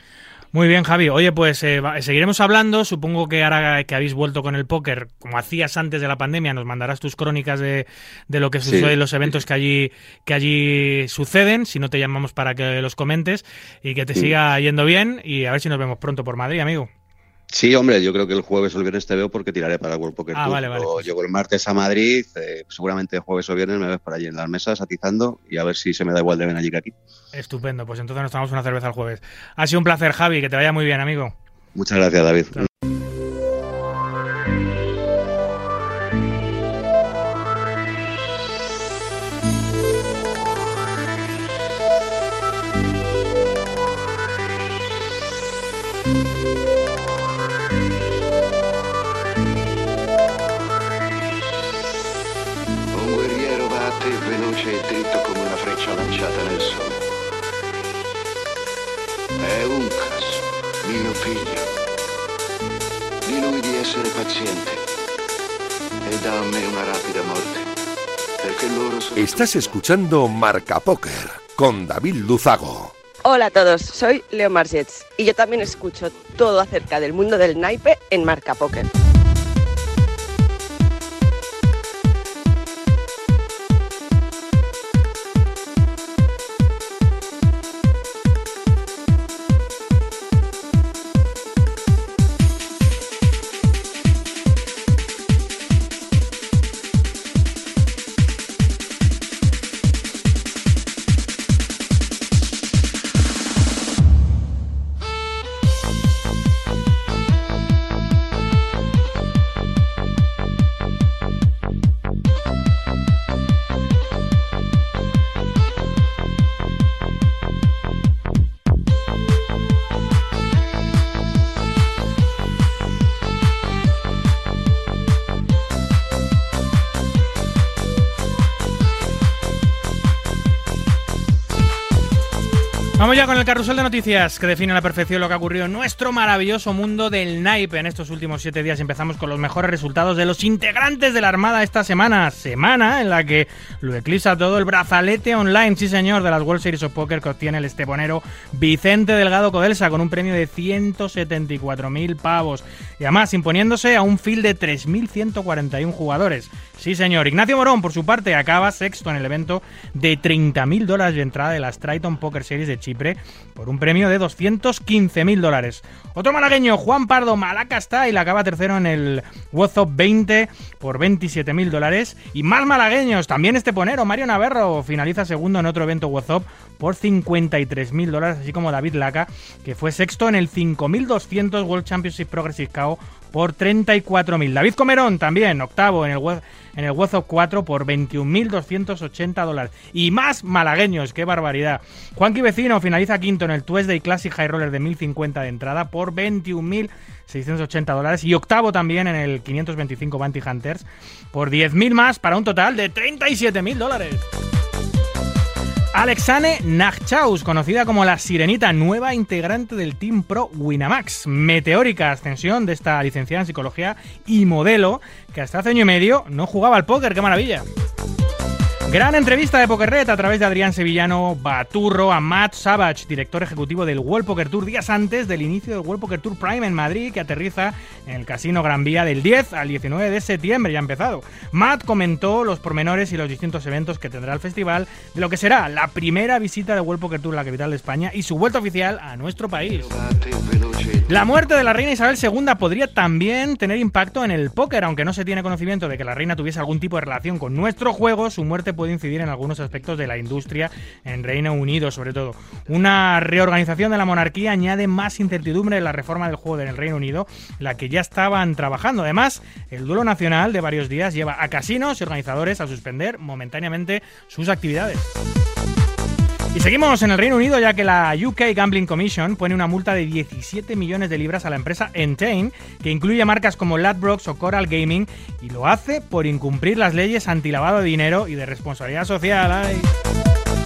Muy bien, Javi. Oye, pues seguiremos hablando. Supongo que ahora que habéis vuelto con el póker, como hacías antes de la pandemia, nos mandarás tus crónicas de lo que sucede en los eventos que allí suceden, si no te llamamos para que los comentes, y que te siga yendo bien, y a ver si nos vemos pronto por Madrid, amigo. Sí, hombre, yo creo que el jueves o el viernes te veo porque tiraré para el World Poker Tour. Vale. Llego el martes a Madrid, seguramente el jueves o viernes me ves por allí en las mesas atizando y a ver si se me da igual de bien allí que aquí. Estupendo, pues entonces nos tomamos una cerveza el jueves. Ha sido un placer, Javi, que te vaya muy bien, amigo. Muchas gracias, David. Claro. Un guerriero batte veloce e dritto come una freccia lanciata nel sole. È Uncas, mio figlio. Di lui di essere paziente e dà a me una rapida morte, perché loro sono... Estás escuchando Marca Póker con David Luzago. Hola a todos, soy Leo Margets y yo también escucho todo acerca del mundo del naipe en Marca Póker. Vamos ya con el carrusel de noticias que define a la perfección lo que ha ocurrido en nuestro maravilloso mundo del naipe en estos últimos 7 días. Empezamos con los mejores resultados de los integrantes de la Armada esta semana en la que lo eclipsa todo el brazalete online, sí señor, de las World Series of Poker que obtiene el esteponero Vicente Delgado Codelsa con un premio de 174.000 pavos y además imponiéndose a un field de 3.141 jugadores. Sí señor. Ignacio Morón, por su parte, acaba sexto en el evento de $30.000 de entrada de las Triton Poker Series de Chipre por un premio de $215.000. Otro malagueño, Juan Pardo Malacastyle, acaba tercero en el WhatsApp 20 por $27.000. Y más malagueños, también esteponero, Mario Navarro, finaliza segundo en otro evento WhatsApp por $53.000, así como David Laca, que fue sexto en el 5.200 World Championship Progressive KO por $34.000. David Comerón también octavo en el WhatsApp 4 por $21.280. Y más malagueños, qué barbaridad. Juanqui Vecino finaliza quinto en el Tuesday Classic High Roller de 1.050 de entrada por $21.680 y octavo también en el 525 Bounty Hunters por 10.000 más para un total de $37.000. Alexane Nachchaus, conocida como la Sirenita, nueva integrante del Team Pro Winamax. Meteórica ascensión de esta licenciada en psicología y modelo que hasta hace año y medio no jugaba al póker. ¡Qué maravilla! Gran entrevista de PokerRed a través de Adrián Sevillano Baturro a Matt Savage, director ejecutivo del World Poker Tour, días antes del inicio del World Poker Tour Prime en Madrid, que aterriza en el Casino Gran Vía del 10 al 19 de septiembre, ya ha empezado. Matt comentó los pormenores y los distintos eventos que tendrá el festival, de lo que será la primera visita del World Poker Tour a la capital de España y su vuelta oficial a nuestro país. La muerte de la reina Isabel II podría también tener impacto en el póker, aunque no se tiene conocimiento de que la reina tuviese algún tipo de relación con nuestro juego. Su muerte puede incidir en algunos aspectos de la industria en Reino Unido, sobre todo. Una reorganización de la monarquía añade más incertidumbre en la reforma del juego en el Reino Unido, la que ya estaban trabajando. Además, el duelo nacional de varios días lleva a casinos y organizadores a suspender momentáneamente sus actividades. Y seguimos en el Reino Unido, ya que la UK Gambling Commission pone una multa de 17 millones de libras a la empresa Entain, que incluye marcas como Ladbrokes o Coral Gaming, y lo hace por incumplir las leyes antilavado de dinero y de responsabilidad social. ¡Ay!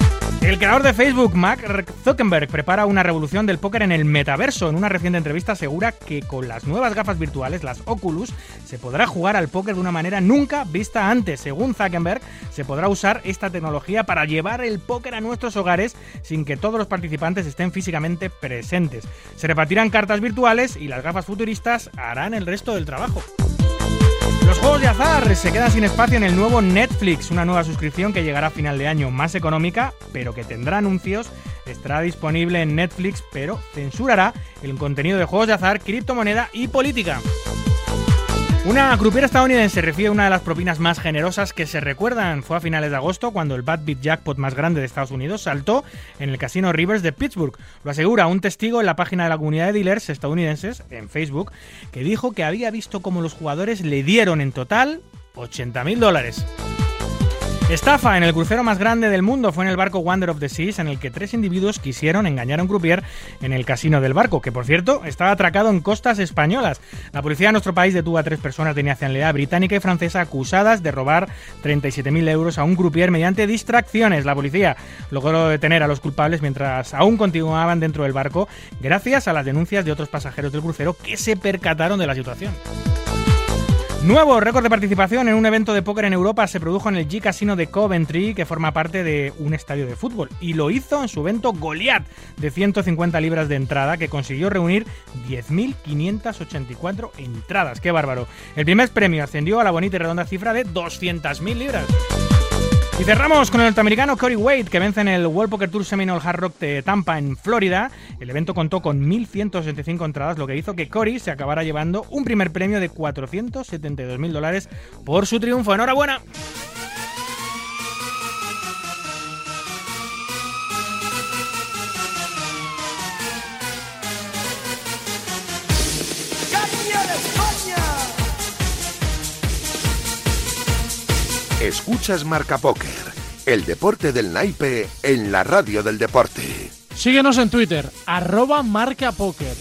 El creador de Facebook, Mark Zuckerberg, prepara una revolución del póker en el metaverso. En una reciente entrevista asegura que con las nuevas gafas virtuales, las Oculus, se podrá jugar al póker de una manera nunca vista antes. Según Zuckerberg, se podrá usar esta tecnología para llevar el póker a nuestros hogares sin que todos los participantes estén físicamente presentes. Se repartirán cartas virtuales y las gafas futuristas harán el resto del trabajo. Los juegos de azar se quedan sin espacio en el nuevo Netflix, una nueva suscripción que llegará a final de año, más económica, pero que tendrá anuncios. Estará disponible en Netflix, pero censurará el contenido de juegos de azar, criptomoneda y política. Una croupier estadounidense recibe una de las propinas más generosas que se recuerdan. Fue a finales de agosto cuando el Bad Beat Jackpot más grande de Estados Unidos saltó en el casino Rivers de Pittsburgh. Lo asegura un testigo en la página de la comunidad de dealers estadounidenses en Facebook, que dijo que había visto cómo los jugadores le dieron en total $80.000. Estafa en el crucero más grande del mundo. Fue en el barco Wonder of the Seas, en el que 3 individuos quisieron engañar a un croupier en el casino del barco, que por cierto estaba atracado en costas españolas. La policía de nuestro país detuvo a 3 personas de nacionalidad británica y francesa acusadas de robar 37.000 euros a un croupier mediante distracciones. La policía logró detener a los culpables mientras aún continuaban dentro del barco, gracias a las denuncias de otros pasajeros del crucero que se percataron de la situación. Nuevo récord de participación en un evento de póker en Europa se produjo en el G-Casino de Coventry, que forma parte de un estadio de fútbol, y lo hizo en su evento Goliath de 150 libras de entrada, que consiguió reunir 10.584 entradas. ¡Qué bárbaro! El primer premio ascendió a la bonita y redonda cifra de 200.000 libras. Y cerramos con el norteamericano Corey Wade, que vence en el World Poker Tour Seminole Hard Rock de Tampa, en Florida. El evento contó con 1.165 entradas, lo que hizo que Corey se acabara llevando un primer premio de $472.000 por su triunfo. ¡Enhorabuena! Escuchas Marca Póker, el deporte del naipe en la radio del deporte. Síguenos en Twitter, @marcapóker.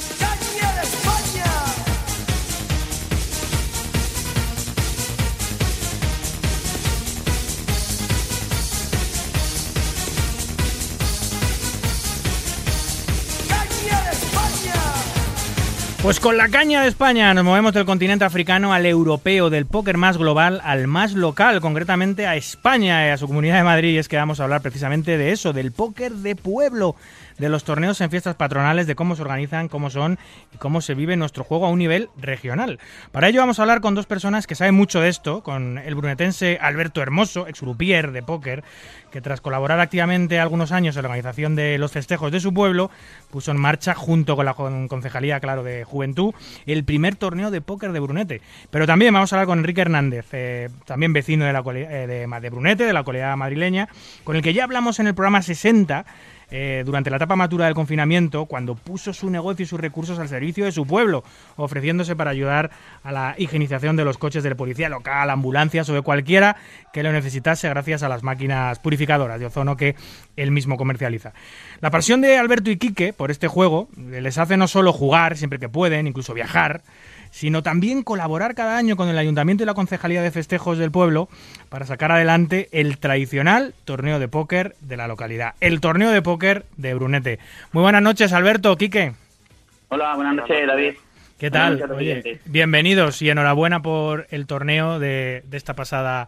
Pues con la caña de España nos movemos del continente africano al europeo, del póker más global al más local, concretamente a España y a su Comunidad de Madrid. Y es que vamos a hablar precisamente de eso, del póker de pueblo, de los torneos en fiestas patronales, de cómo se organizan, cómo son y cómo se vive nuestro juego a un nivel regional. Para ello vamos a hablar con 2 personas que saben mucho de esto, con el brunetense Alberto Hermoso, ex-croupier de póker, que tras colaborar activamente algunos años en la organización de los festejos de su pueblo, puso en marcha, junto con la Concejalía, claro, de Juventud, el primer torneo de póker de Brunete. Pero también vamos a hablar con Enrique Hernández, también vecino de Brunete, de la localidad madrileña, con el que ya hablamos en el programa 60, durante la etapa matura del confinamiento, cuando puso su negocio y sus recursos al servicio de su pueblo, ofreciéndose para ayudar a la higienización de los coches de la policía local, ambulancias o de cualquiera que lo necesitase, gracias a las máquinas purificadoras de ozono que él mismo comercializa. La pasión de Alberto y Quique por este juego les hace no solo jugar siempre que pueden, incluso viajar, sino también colaborar cada año con el Ayuntamiento y la Concejalía de Festejos del pueblo para sacar adelante el tradicional torneo de póker de la localidad, el torneo de póker de Brunete. Muy buenas noches, Alberto, Quique. Hola, buenas noches, David. ¿Qué tal? Oye, bienvenidos y enhorabuena por el torneo de esta pasada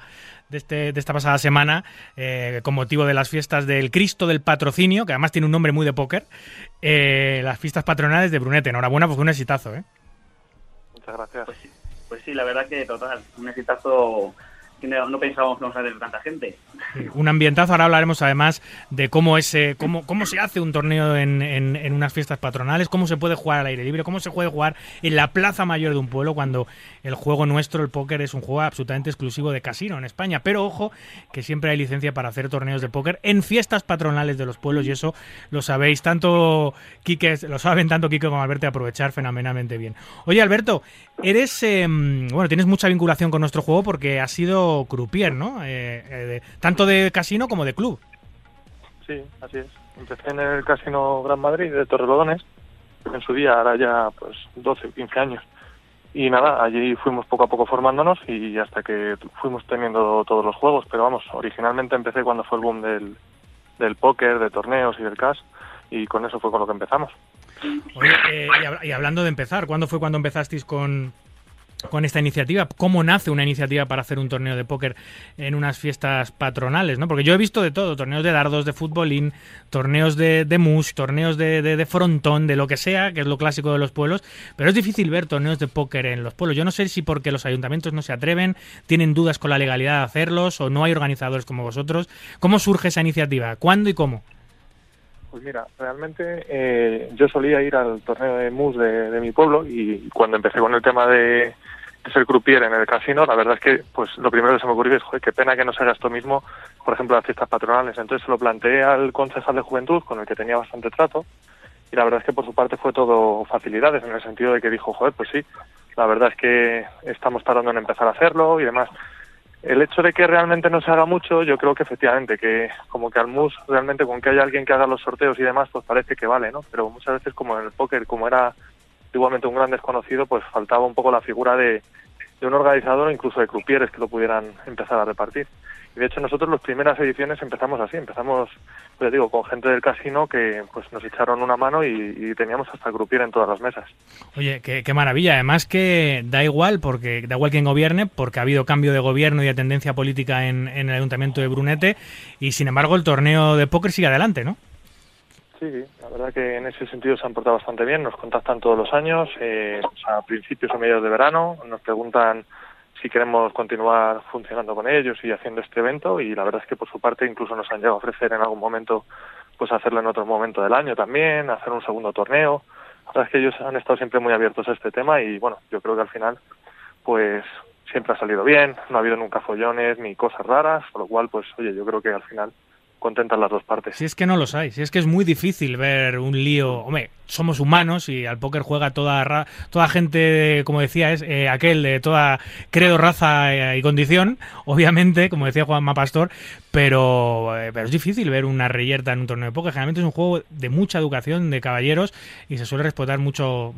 semana, con motivo de las fiestas del Cristo del Patrocinio, que además tiene un nombre muy de póker, las fiestas patronales de Brunete. Enhorabuena, porque fue un exitazo, ¿eh? Muchas gracias. Pues sí, la verdad que total, un exitazo que no pensábamos que íbamos a tener tanta gente. Sí, un ambientazo. Ahora hablaremos además de cómo se hace un torneo en unas fiestas patronales, cómo se puede jugar al aire libre, cómo se puede jugar en la plaza mayor de un pueblo, cuando el juego nuestro, el póker, es un juego absolutamente exclusivo de casino en España. Pero ojo, que siempre hay licencia para hacer torneos de póker en fiestas patronales de los pueblos, y eso lo sabéis tanto Quique, lo saben tanto Quique como Alberto, aprovechar fenomenalmente bien. Oye, Alberto, eres tienes mucha vinculación con nuestro juego porque has sido croupier, ¿no? Tanto de casino como de club. Sí, así es. Empecé en el Casino Gran Madrid de Torrelodones, en su día, ahora ya pues 12 o 15 años. Y nada, allí fuimos poco a poco formándonos y hasta que fuimos teniendo todos los juegos. Pero vamos, originalmente empecé cuando fue el boom del póker, de torneos y del cash, y con eso fue con lo que empezamos. Oye, y hablando de empezar, ¿cuándo fue cuando empezasteis con esta iniciativa? ¿Cómo nace una iniciativa para hacer un torneo de póker en unas fiestas patronales, ¿no? Porque yo he visto de todo, torneos de dardos, de futbolín, torneos de mus, torneos de frontón, de lo que sea, que es lo clásico de los pueblos, pero es difícil ver torneos de póker en los pueblos. Yo no sé si porque los ayuntamientos no se atreven, tienen dudas con la legalidad de hacerlos, o no hay organizadores como vosotros. ¿Cómo surge esa iniciativa? ¿Cuándo y cómo? Pues mira, realmente yo solía ir al torneo de mus de mi pueblo, y cuando empecé con el tema de ser croupier en el casino, la verdad es que pues lo primero que se me ocurrió es, joder, qué pena que no se haga esto mismo, por ejemplo, las fiestas patronales. Entonces se lo planteé al concejal de juventud, con el que tenía bastante trato, y la verdad es que por su parte fue todo facilidades, en el sentido de que dijo, joder, pues sí, la verdad es que estamos tardando en empezar a hacerlo y demás. El hecho de que realmente no se haga mucho, yo creo que efectivamente, que como que al mus realmente con que haya alguien que haga los sorteos y demás, pues parece que vale, ¿no? Pero muchas veces, como en el póker, como era igualmente un gran desconocido, pues faltaba un poco la figura de un organizador o incluso de croupieres que lo pudieran empezar a repartir. Y de hecho nosotros las primeras ediciones empezamos así, pues digo, con gente del casino que pues nos echaron una mano y teníamos hasta croupier en todas las mesas. Oye, qué maravilla. Además que da igual quien gobierne, porque ha habido cambio de gobierno y de tendencia política en el Ayuntamiento de Brunete, y sin embargo el torneo de póker sigue adelante, ¿no? Sí, la verdad que en ese sentido se han portado bastante bien, nos contactan todos los años, a principios o mediados de verano, nos preguntan si queremos continuar funcionando con ellos y haciendo este evento, y la verdad es que por su parte incluso nos han llegado a ofrecer en algún momento pues hacerlo en otro momento del año también, hacer un segundo torneo. La verdad es que ellos han estado siempre muy abiertos a este tema, y bueno, yo creo que al final pues siempre ha salido bien, no ha habido nunca follones ni cosas raras, con lo cual pues oye, yo creo que al final contentan las dos partes. Si es que no los hay, si es que es muy difícil ver un lío. Hombre, somos humanos y al póker juega toda gente, como decía, es aquel de toda credo, raza y condición, obviamente, como decía Juanma Pastor, pero es difícil ver una reyerta en un torneo de póker. Generalmente es un juego de mucha educación, de caballeros, y se suele respetar mucho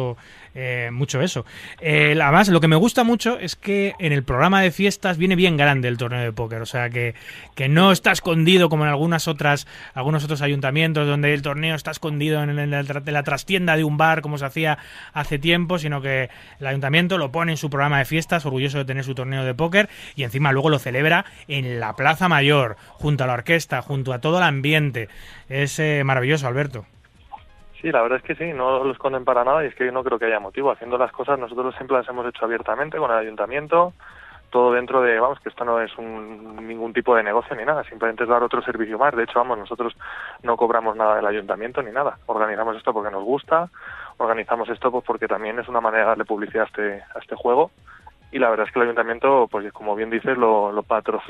eso. Además, lo que me gusta mucho es que en el programa de fiestas viene bien grande el torneo de póker, o sea que no está escondido como en algunos otros ayuntamientos, donde el torneo está escondido en la trastienda de un bar, como se hacía hace tiempo, sino que el ayuntamiento lo pone en su programa de fiestas, orgulloso de tener su torneo de póker, y encima luego lo celebra en la Plaza Mayor, junto a la orquesta, junto a todo el ambiente. Es maravilloso, Alberto. Sí, la verdad es que sí, no lo esconden para nada, y es que no creo que haya motivo. Haciendo las cosas, nosotros siempre las hemos hecho abiertamente con el ayuntamiento, todo dentro de, que esto no es ningún tipo de negocio ni nada, simplemente es dar otro servicio más. De hecho, nosotros no cobramos nada del ayuntamiento ni nada. Organizamos esto porque nos gusta, organizamos esto pues porque también es una manera de darle publicidad a este juego, y la verdad es que el ayuntamiento, pues como bien dices, lo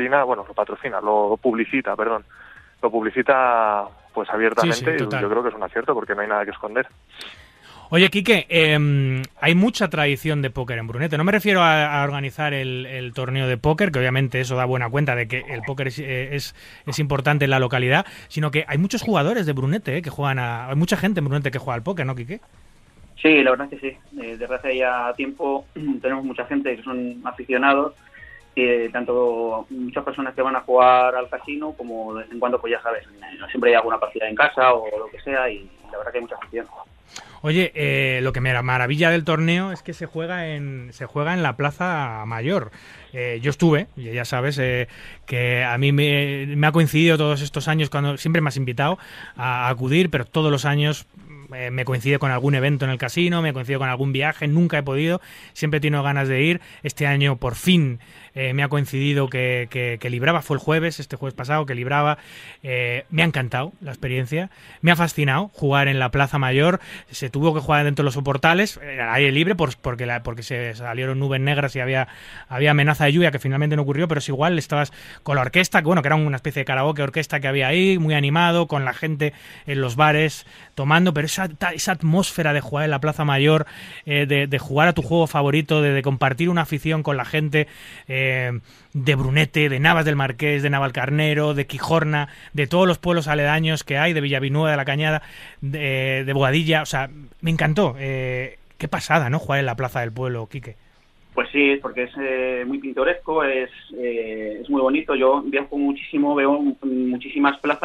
publicita pues abiertamente, sí, y yo creo que es un acierto porque no hay nada que esconder. Oye, Quique, hay mucha tradición de póker en Brunete. No me refiero a organizar el torneo de póker, que obviamente eso da buena cuenta de que el póker es importante en la localidad, sino que hay muchos jugadores de Brunete que juegan hay mucha gente en Brunete que juega al póker, ¿no, Quique? Sí, la verdad es que sí. Desde hace ya tiempo tenemos mucha gente que son aficionados, tanto muchas personas que van a jugar al casino como de vez en cuando, pues ya sabes, siempre hay alguna partida en casa o lo que sea, y la verdad que hay mucha afición. Oye, lo que me maravilla del torneo es que se juega en la Plaza Mayor. Yo estuve, y ya sabes que a mí me ha coincidido todos estos años, cuando siempre me has invitado a acudir, pero todos los años me coincide con algún evento en el casino, me coincide con algún viaje, nunca he podido, siempre he tenido ganas de ir. Este año por fin me ha coincidido que libraba, fue este jueves pasado que libraba. Me ha encantado la experiencia, me ha fascinado jugar en la Plaza Mayor. Se tuvo que jugar dentro de los soportales, al aire libre, porque se salieron nubes negras y había amenaza de lluvia, que finalmente no ocurrió, pero es igual, estabas con la orquesta, que era una especie de karaoke orquesta que había ahí, muy animado, con la gente en los bares tomando, pero esa atmósfera de jugar en la Plaza Mayor, de jugar a tu juego favorito, de compartir una afición con la gente de Brunete, de Navas del Marqués, de Navalcarnero, de Quijorna, de todos los pueblos aledaños que hay, de Villavinueva de la Cañada, de Boadilla. O sea, me encantó. Qué pasada, ¿no? Jugar en la Plaza del Pueblo, Quique. Pues sí, porque es muy pintoresco, es muy bonito. Yo viajo muchísimo, veo muchísimas plazas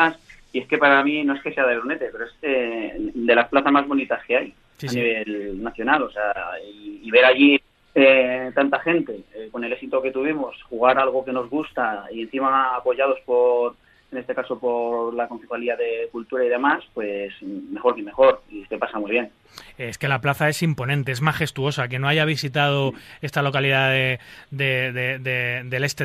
y es que para mí no es que sea de Brunete, pero es de las plazas más bonitas que hay a nivel nacional, o sea, y ver allí tanta gente con el éxito que tuvimos, jugar algo que nos gusta y encima apoyados en este caso por la Concejalía de Cultura y demás, pues mejor que mejor, y se pasa muy bien. Es que la plaza es imponente, es majestuosa. Quien no haya visitado esta localidad del este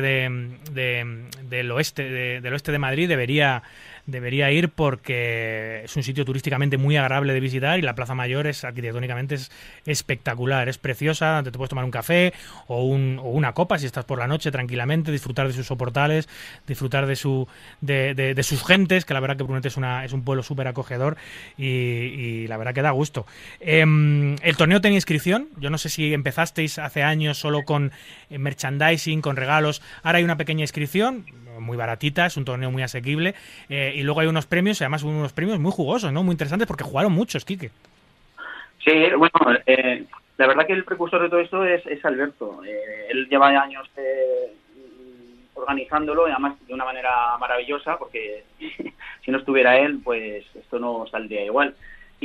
del oeste de Madrid debería ir, porque es un sitio turísticamente muy agradable de visitar, y la Plaza Mayor arquitectónicamente es espectacular, es preciosa. Te puedes tomar un café o una copa si estás por la noche tranquilamente, disfrutar de sus soportales, disfrutar de sus gentes, que la verdad que Brunete es un pueblo súper acogedor, y la verdad que da gusto. El torneo tenía inscripción. Yo no sé si empezasteis hace años solo con merchandising, con regalos. Ahora hay una pequeña inscripción muy baratita, es un torneo muy asequible, y luego hay unos premios, y además unos premios muy jugosos, ¿no? Muy interesantes, porque jugaron muchos, Quique. Sí, bueno, la verdad que el precursor de todo esto es Alberto. Él lleva años organizándolo, y además de una manera maravillosa, porque si no estuviera él, pues esto no saldría igual.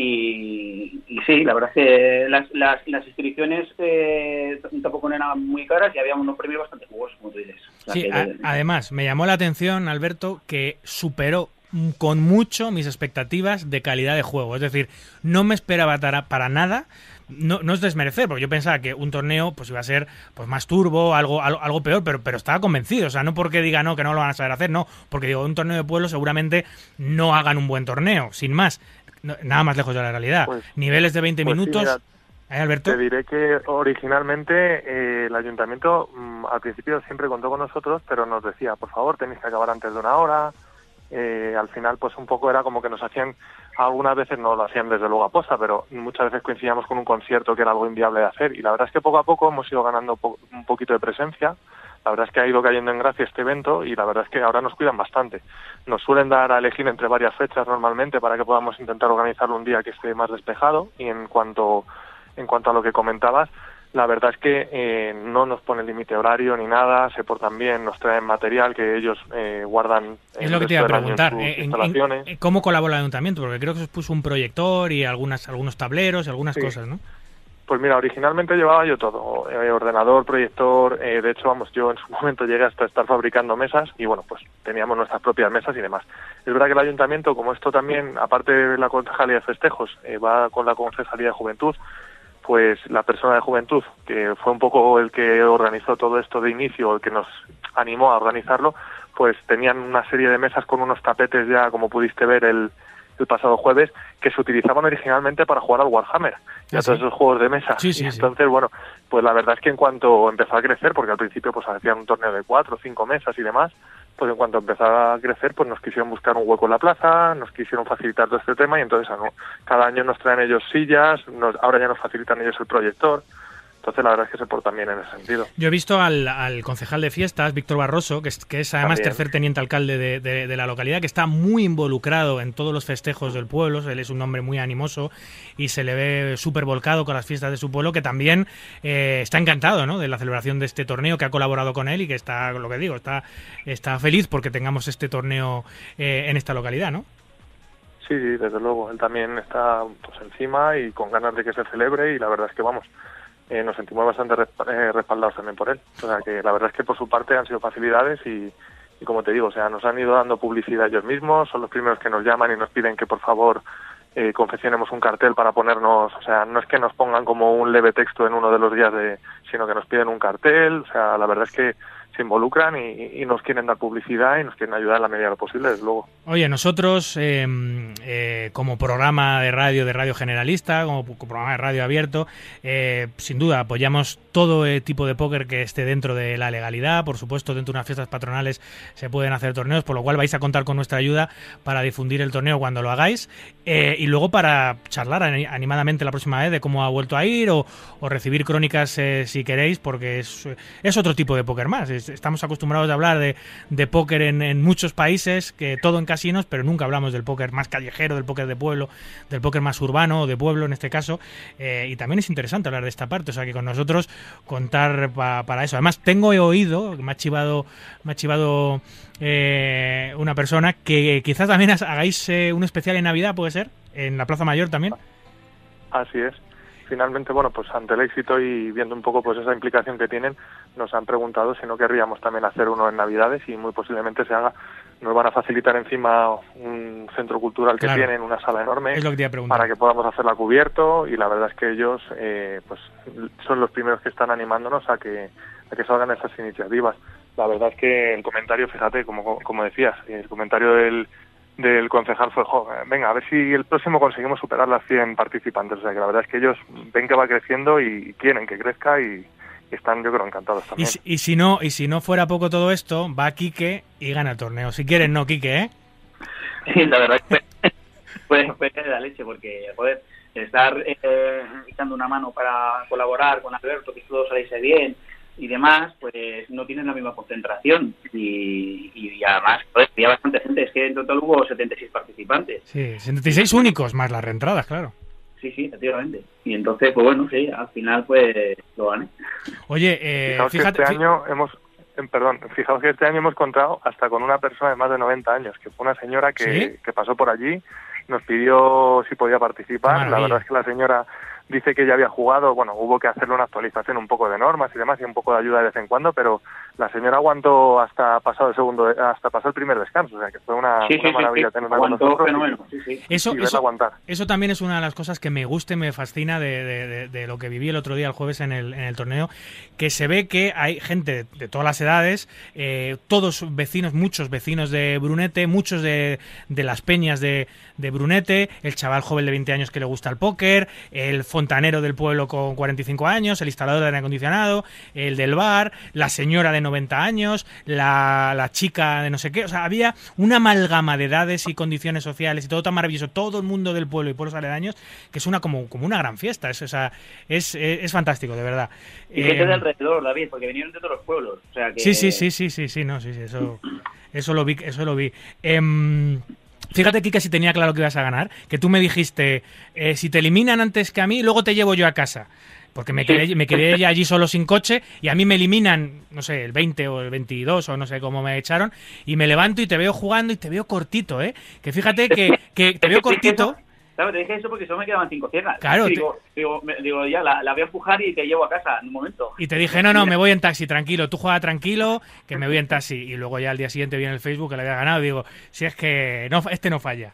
Y sí, la verdad es que las inscripciones tampoco eran muy caras, y había unos premios bastante jugosos, como tú dices. O sea, sí, además, me llamó la atención, Alberto, que superó con mucho mis expectativas de calidad de juego. Es decir, no me esperaba para nada. No es desmerecer, porque yo pensaba que un torneo pues iba a ser pues más turbo, algo peor, pero estaba convencido. O sea, no porque diga que no lo van a saber hacer, no, porque digo, un torneo de pueblo seguramente no hagan un buen torneo, sin más. Nada más lejos de la realidad. Niveles de 20 minutos. Sí, mira, Alberto. Te diré que originalmente el ayuntamiento al principio siempre contó con nosotros, pero nos decía, por favor, tenéis que acabar antes de una hora. Al final, pues un poco era como que nos hacían, algunas veces no lo hacían desde luego a posta, pero muchas veces coincidíamos con un concierto que era algo inviable de hacer, y la verdad es que poco a poco hemos ido ganando un poquito de presencia. La verdad es que ha ido cayendo en gracia este evento, y la verdad es que ahora nos cuidan bastante. Nos suelen dar a elegir entre varias fechas normalmente para que podamos intentar organizarlo un día que esté más despejado. Y en cuanto a lo que comentabas, la verdad es que no nos ponen límite horario ni nada, se portan bien, nos traen material que ellos guardan. Es lo que te iba a preguntar, ¿cómo colabora el ayuntamiento? Porque creo que os puso un proyector y algunos tableros y algunas cosas, ¿no? Pues mira, originalmente llevaba yo todo, ordenador, proyector, de hecho, yo en su momento llegué hasta estar fabricando mesas, y bueno, pues teníamos nuestras propias mesas y demás. Es verdad que el ayuntamiento, como esto también, aparte de la Concejalía de Festejos, va con la Concejalía de Juventud, pues la persona de Juventud, que fue un poco el que organizó todo esto de inicio, el que nos animó a organizarlo, pues tenían una serie de mesas con unos tapetes ya, como pudiste ver el pasado jueves, que se utilizaban originalmente para jugar al Warhammer y a todos esos juegos de mesa. Sí, entonces, bueno, pues la verdad es que en cuanto empezó a crecer, porque al principio pues hacían un torneo de 4 o 5 mesas y demás, pues en cuanto empezó a crecer, pues nos quisieron buscar un hueco en la plaza, nos quisieron facilitar todo este tema, y entonces cada año nos traen ellos sillas, ahora ya nos facilitan ellos el proyector. Entonces la verdad es que se porta bien en ese sentido. Yo he visto al concejal de fiestas, Víctor Barroso, que es además también tercer teniente alcalde de la localidad, que está muy involucrado en todos los festejos del pueblo. Él es un hombre muy animoso y se le ve súper volcado con las fiestas de su pueblo, que también está encantado, ¿no?, de la celebración de este torneo, que ha colaborado con él y que está, lo que digo, está feliz porque tengamos este torneo en esta localidad, ¿no? Sí, desde luego. Él también está pues encima y con ganas de que se celebre, y la verdad es que nos sentimos bastante respaldados también por él. O sea que la verdad es que por su parte han sido facilidades, y como te digo, o sea, nos han ido dando publicidad ellos mismos, son los primeros que nos llaman y nos piden que por favor confeccionemos un cartel para ponernos, o sea, no es que nos pongan como un leve texto en uno de los días sino que nos piden un cartel. O sea, la verdad es que se involucran y nos quieren dar publicidad y nos quieren ayudar en la medida de lo posible, desde luego. Oye, nosotros como programa de radio generalista, como programa de radio abierto, sin duda apoyamos todo tipo de póker que esté dentro de la legalidad. Por supuesto, dentro de unas fiestas patronales se pueden hacer torneos, por lo cual vais a contar con nuestra ayuda para difundir el torneo cuando lo hagáis, y luego para charlar animadamente la próxima vez de cómo ha vuelto a ir, o recibir crónicas si queréis, porque es otro tipo de póker más. estamos acostumbrados a hablar de póker en muchos países, que todo en casinos, pero nunca hablamos del póker más callejero, del póker de pueblo, del póker más urbano o de pueblo en este caso, y también es interesante hablar de esta parte, o sea que con nosotros contar para eso. Además tengo oído, me ha chivado una persona que quizás también hagáis un especial en Navidad, ¿puede ser? En la Plaza Mayor también. Así es. Finalmente, bueno, pues ante el éxito y viendo un poco pues esa implicación que tienen, nos han preguntado si no querríamos también hacer uno en Navidades y muy posiblemente se haga. Nos van a facilitar encima un centro cultural que tienen, una sala enorme, es lo que te iba a preguntar, para que podamos hacerla cubierto, y la verdad es que ellos pues son los primeros que están animándonos a que salgan esas iniciativas. La verdad es que el comentario, fíjate, como decías, el comentario del concejal fue, venga, a ver si el próximo conseguimos superar las 100 participantes. O sea, que la verdad es que ellos ven que va creciendo y quieren que crezca y están, yo creo, encantados también. Y si no fuera poco todo esto, va Quique y gana el torneo. Si quieres, no, Quique, ¿eh? Sí, la verdad es que puede caer la leche, porque, joder, estar echando una mano para colaborar con Alberto, que todo saliese bien y demás, pues no tienen la misma concentración y además había bastante gente. Es que en total hubo 76 participantes. Sí, 76 únicos más las reentradas, claro. Sí, efectivamente. Y entonces, pues bueno, sí, al final pues lo gané. Oye, fíjate, fijaos que este año hemos contado hasta con una persona de más de 90 años, que fue una señora que pasó por allí, nos pidió si podía participar. La verdad es que la señora dice que ya había jugado, bueno, hubo que hacerle una actualización un poco de normas y demás y un poco de ayuda de vez en cuando, pero la señora aguantó hasta pasado el primer descanso, o sea que fue una maravilla tenerla con nosotros. Eso también es una de las cosas que me gusta y me fascina de lo que viví el otro día, el jueves, en el torneo, que se ve que hay gente de todas las edades, todos vecinos, muchos vecinos de Brunete, muchos de las peñas de Brunete, el chaval joven de 20 años que le gusta el póker, el fontanero del pueblo con 45 años, el instalador de aire acondicionado, el del bar, la señora de 90 años, la chica de no sé qué. O sea, había una amalgama de edades y condiciones sociales y todo tan maravilloso, todo el mundo del pueblo y pueblos aledaños, que es como una gran fiesta. Es fantástico, de verdad. Y gente de alrededor, David, porque vinieron de todos los pueblos. O sea que... Eso lo vi. Fíjate, Kike, si tenía claro que ibas a ganar, que tú me dijiste, si te eliminan antes que a mí, luego te llevo yo a casa. Porque me quedé allí solo sin coche y a mí me eliminan, no sé, el 20 o el 22 o no sé cómo me echaron, y me levanto y te veo jugando y te veo cortito, ¿eh? Que fíjate que te veo cortito. Claro, te dije eso porque solo me quedaban 5 ciegas. Claro. Digo, ya, la voy a empujar y te llevo a casa en un momento. Y te dije, no, me voy en taxi, tranquilo. Tú juega tranquilo, que me voy en taxi. Y luego ya al día siguiente vi en el Facebook que le había ganado. Digo, si es que este no falla.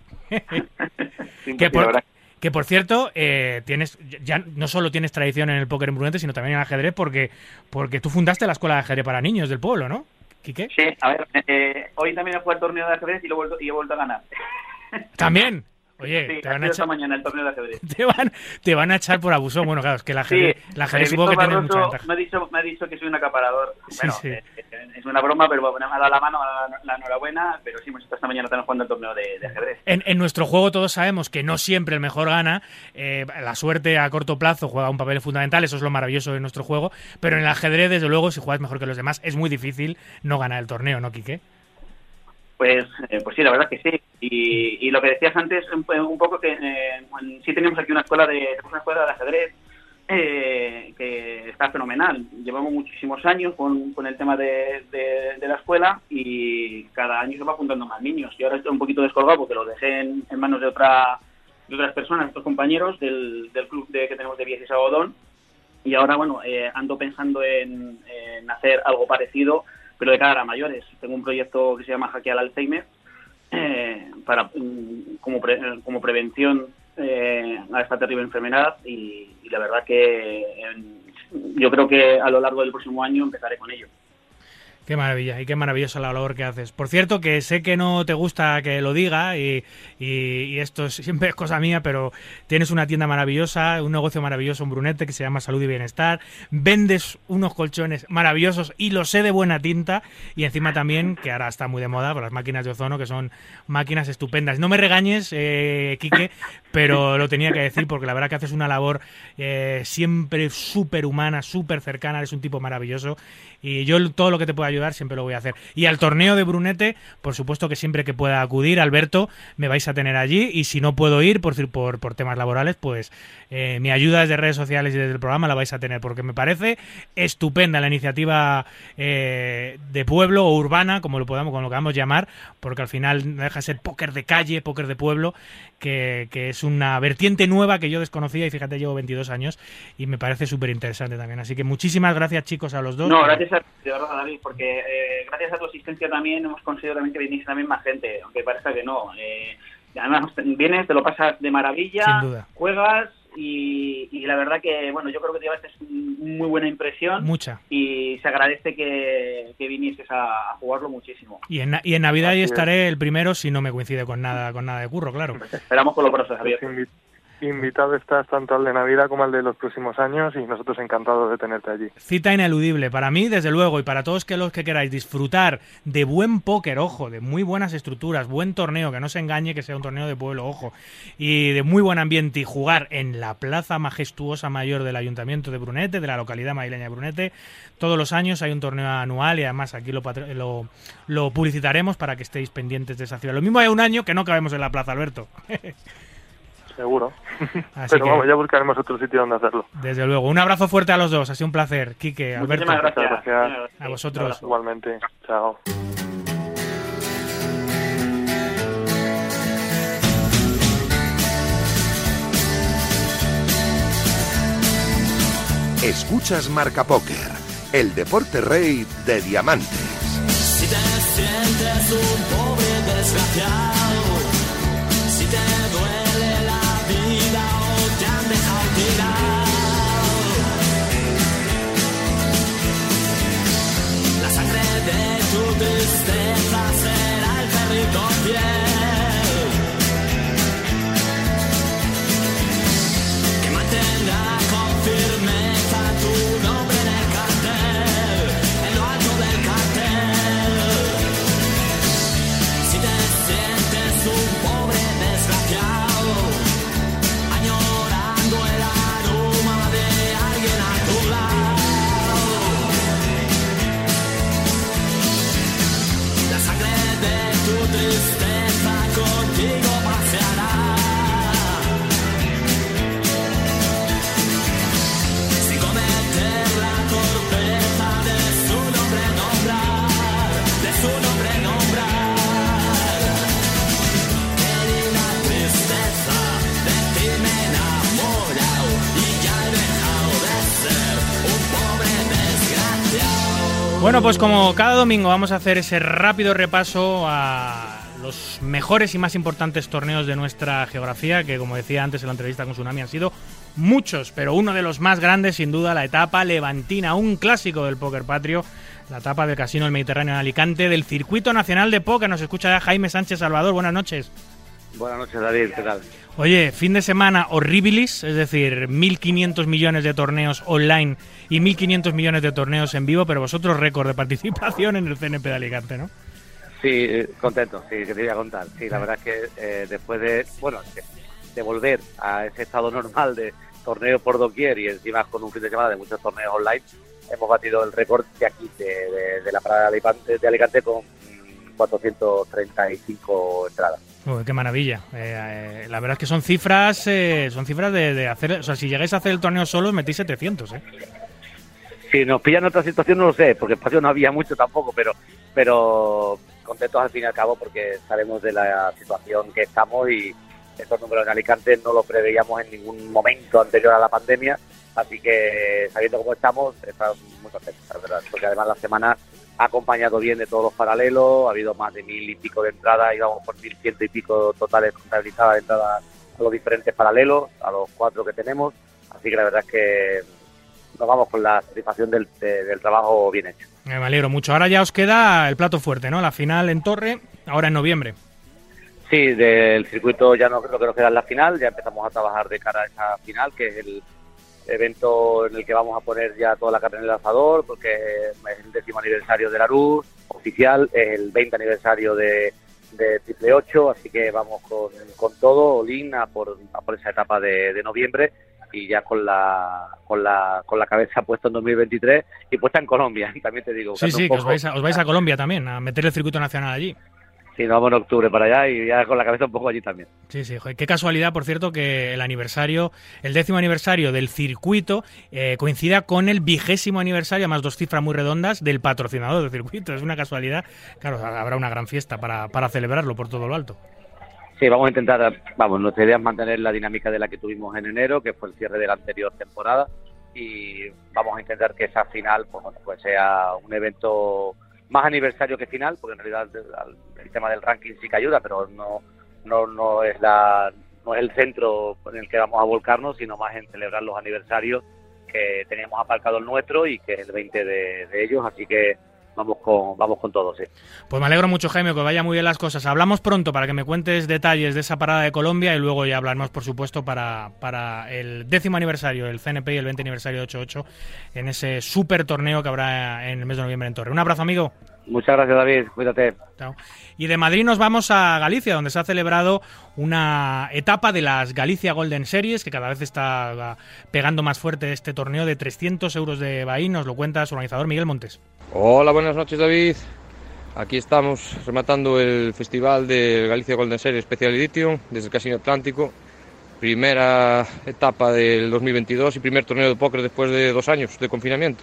Que por cierto, ya no solo tienes tradición en el póker en Brunete, sino también en el ajedrez, porque tú fundaste la escuela de ajedrez para niños del pueblo, ¿no, Quique? Sí, a ver, hoy también he jugado el torneo de ajedrez y he vuelto a ganar. ¿También? Oye, sí, te van a echar mañana el torneo de ajedrez. Te van a echar por abusón. Bueno, claro, es que el ajedrez supongo que tiene mucha ventaja. Me ha dicho que soy un acaparador. Bueno, sí. Es una broma, pero me ha dado la mano, la enhorabuena, pero sí, hemos estado esta mañana también jugando el torneo de ajedrez. En nuestro juego todos sabemos que no siempre el mejor gana. La suerte a corto plazo juega un papel fundamental, eso es lo maravilloso de nuestro juego, pero en el ajedrez, desde luego, si juegas mejor que los demás, es muy difícil no ganar el torneo, ¿no, Quique? Pues sí, la verdad que sí. Y lo que decías antes, un poco que sí tenemos aquí una escuela de ajedrez que está fenomenal. Llevamos muchísimos años con el tema de la escuela y cada año se va apuntando más niños. Yo ahora estoy un poquito descolgado porque lo dejé en manos de otras personas, otros compañeros del club que tenemos de Vies y Sagodón. Y ahora, bueno, ando pensando en hacer algo parecido, pero de cara a mayores. Tengo un proyecto que se llama Hackear al Alzheimer para como prevención a esta terrible enfermedad y la verdad que yo creo que a lo largo del próximo año empezaré con ello. Qué maravilla y qué maravillosa la labor que haces. Por cierto, que sé que no te gusta que lo diga y esto siempre es cosa mía, pero tienes una tienda maravillosa, un negocio maravilloso en Brunete que se llama Salud y Bienestar. Vendes unos colchones maravillosos y lo sé de buena tinta, y encima también, que ahora está muy de moda, por las máquinas de ozono, que son máquinas estupendas. No me regañes, Quique, pero lo tenía que decir porque la verdad que haces una labor siempre súper humana, súper cercana, eres un tipo maravilloso y yo todo lo que te pueda ayudar siempre lo voy a hacer. Y al torneo de Brunete, por supuesto que siempre que pueda acudir, Alberto, me vais a tener allí y si no puedo ir por temas laborales, pues mi ayuda desde redes sociales y desde el programa la vais a tener porque me parece estupenda la iniciativa de pueblo o urbana, como lo queramos llamar, porque al final no deja de ser póker de calle, póker de pueblo, que es una vertiente nueva que yo desconocía y fíjate, llevo 22 años y me parece súper interesante también. Así que muchísimas gracias, chicos, a los dos. No, gracias a ti, de verdad, David, porque gracias a tu asistencia también hemos conseguido también que viniese también más gente, aunque parezca que no. Además, vienes, te lo pasas de maravilla, sin duda, juegas y la verdad que, bueno, yo creo que te llevaste muy buena impresión. Mucha. Y se agradece que vinieses a jugarlo muchísimo. Y en Navidad ya estaré el primero si no me coincide con nada de curro, claro. Esperamos con los brazos abiertos. Invitado estás tanto al de Navidad como al de los próximos años y nosotros encantados de tenerte allí. Cita ineludible para mí, desde luego, y para todos los que queráis disfrutar de buen póker, ojo, de muy buenas estructuras, buen torneo, que no se engañe que sea un torneo de pueblo, ojo, y de muy buen ambiente y jugar en la plaza majestuosa mayor del Ayuntamiento de Brunete, de la localidad madrileña de Brunete. Todos los años hay un torneo anual y además aquí lo publicitaremos para que estéis pendientes de esa ciudad. Lo mismo hay un año que no cabemos en la plaza, Alberto. Seguro. Así pero que, vamos, ya buscaremos otro sitio donde hacerlo. Desde luego. Un abrazo fuerte a los dos. Ha sido un placer. Quique, Alberto. Muchísimas gracias. A vosotros. Igualmente. Chao. Escuchas Marca Póker, el deporte rey de diamantes. Si te sientes un pobre desgraciado, si te duele la vida o te han dejado tirado, la sangre de tu tristeza será el perrito fiel que mantendrá con firmeza tu nombre en el cartel, en lo alto del cartel. Si te sientes un pobre desgraciado, añorando el aroma de alguien a tu lado, la sangre de tu tristeza contigo paseará. Sin cometer la torpeza de su nombre nombrar, de su nombre nombrar. Querida tristeza, de ti me he enamorado y ya he dejado de ser un pobre desgraciado. Bueno, pues como cada domingo vamos a hacer ese rápido repaso a los mejores y más importantes torneos de nuestra geografía, que como decía antes en la entrevista con Tsunami han sido muchos, pero uno de los más grandes sin duda, la etapa levantina, un clásico del póker patrio, la etapa del Casino del Mediterráneo en Alicante, del Circuito Nacional de Póker. Nos escucha ya Jaime Sánchez Salvador. Buenas noches. Buenas noches, David, ¿qué tal? Oye, fin de semana horribilis, es decir, 1.500 millones de torneos online y 1.500 millones de torneos en vivo, pero vosotros récord de participación en el CNP de Alicante, ¿no? Sí, contento, sí, que te iba a contar. Sí, la verdad es que después de volver a ese estado normal de torneo por doquier y encima con un fin de semana de muchos torneos online, hemos batido el récord de aquí, de la parada de Alicante con 435 entradas. Uy, qué maravilla. La verdad es que son cifras de hacer... O sea, si llegáis a hacer el torneo solos, metéis 700, ¿eh? Si nos pillan en otra situación no lo sé, porque espacio no había mucho tampoco, pero contentos al fin y al cabo porque sabemos de la situación que estamos y estos números en Alicante no los preveíamos en ningún momento anterior a la pandemia, así que sabiendo cómo estamos muy contentos, la verdad, porque además la semana ha acompañado bien de todos los paralelos, ha habido más de 1.000 y pico de entradas, íbamos por 1.100 y pico totales contabilizadas de entradas a los diferentes paralelos, a los 4 que tenemos, así que la verdad es que nos vamos con la satisfacción del trabajo bien hecho. Me alegro mucho. Ahora ya os queda el plato fuerte, ¿no? La final en Torre, ahora en noviembre. Sí, del circuito ya no creo que nos queda en la final, ya empezamos a trabajar de cara a esa final, que es el evento en el que vamos a poner ya toda la carne en el lanzador, porque es el 10º aniversario de la Larus oficial, es el 20 aniversario de triple 8, así que vamos con todo, all-in, a por esa etapa de noviembre, y ya con la cabeza puesta en 2023 y puesta en Colombia, también te digo. Sí, que os vais a Colombia también, a meter el circuito nacional allí. Sí, nos vamos en octubre para allá y ya con la cabeza un poco allí también. Sí, joder, qué casualidad, por cierto, que el 10º aniversario del circuito coincida con el 20º aniversario, más 2 cifras muy redondas, del patrocinador del circuito. Es una casualidad. Claro, habrá una gran fiesta para celebrarlo por todo lo alto. Sí, vamos a intentar, nuestra idea es mantener la dinámica de la que tuvimos en enero, que fue el cierre de la anterior temporada, y vamos a intentar que esa final pues sea un evento más aniversario que final, porque en realidad el tema del ranking sí que ayuda, pero no es el centro en el que vamos a volcarnos, sino más en celebrar los aniversarios que teníamos aparcado el nuestro y que es el 20 de ellos, así que vamos con todo, sí. Pues me alegro mucho, Jaime, que vaya muy bien las cosas. Hablamos pronto para que me cuentes detalles de esa parada de Colombia y luego ya hablaremos, por supuesto, para el 10º aniversario del CNP y el 20 aniversario de 8-8 en ese super torneo que habrá en el mes de noviembre en Torre. Un abrazo, amigo. Muchas gracias, David. Cuídate. Chao. Y de Madrid nos vamos a Galicia, donde se ha celebrado una etapa de las Galicia Golden Series, que cada vez está pegando más fuerte este torneo de 300 euros de Bahín. Nos lo cuenta su organizador, Miguel Montes. Hola, buenas noches, David. Aquí estamos rematando el festival de Galicia Golden Series Special Edition desde el Casino Atlántico. Primera etapa del 2022 y primer torneo de póker después de 2 años de confinamiento.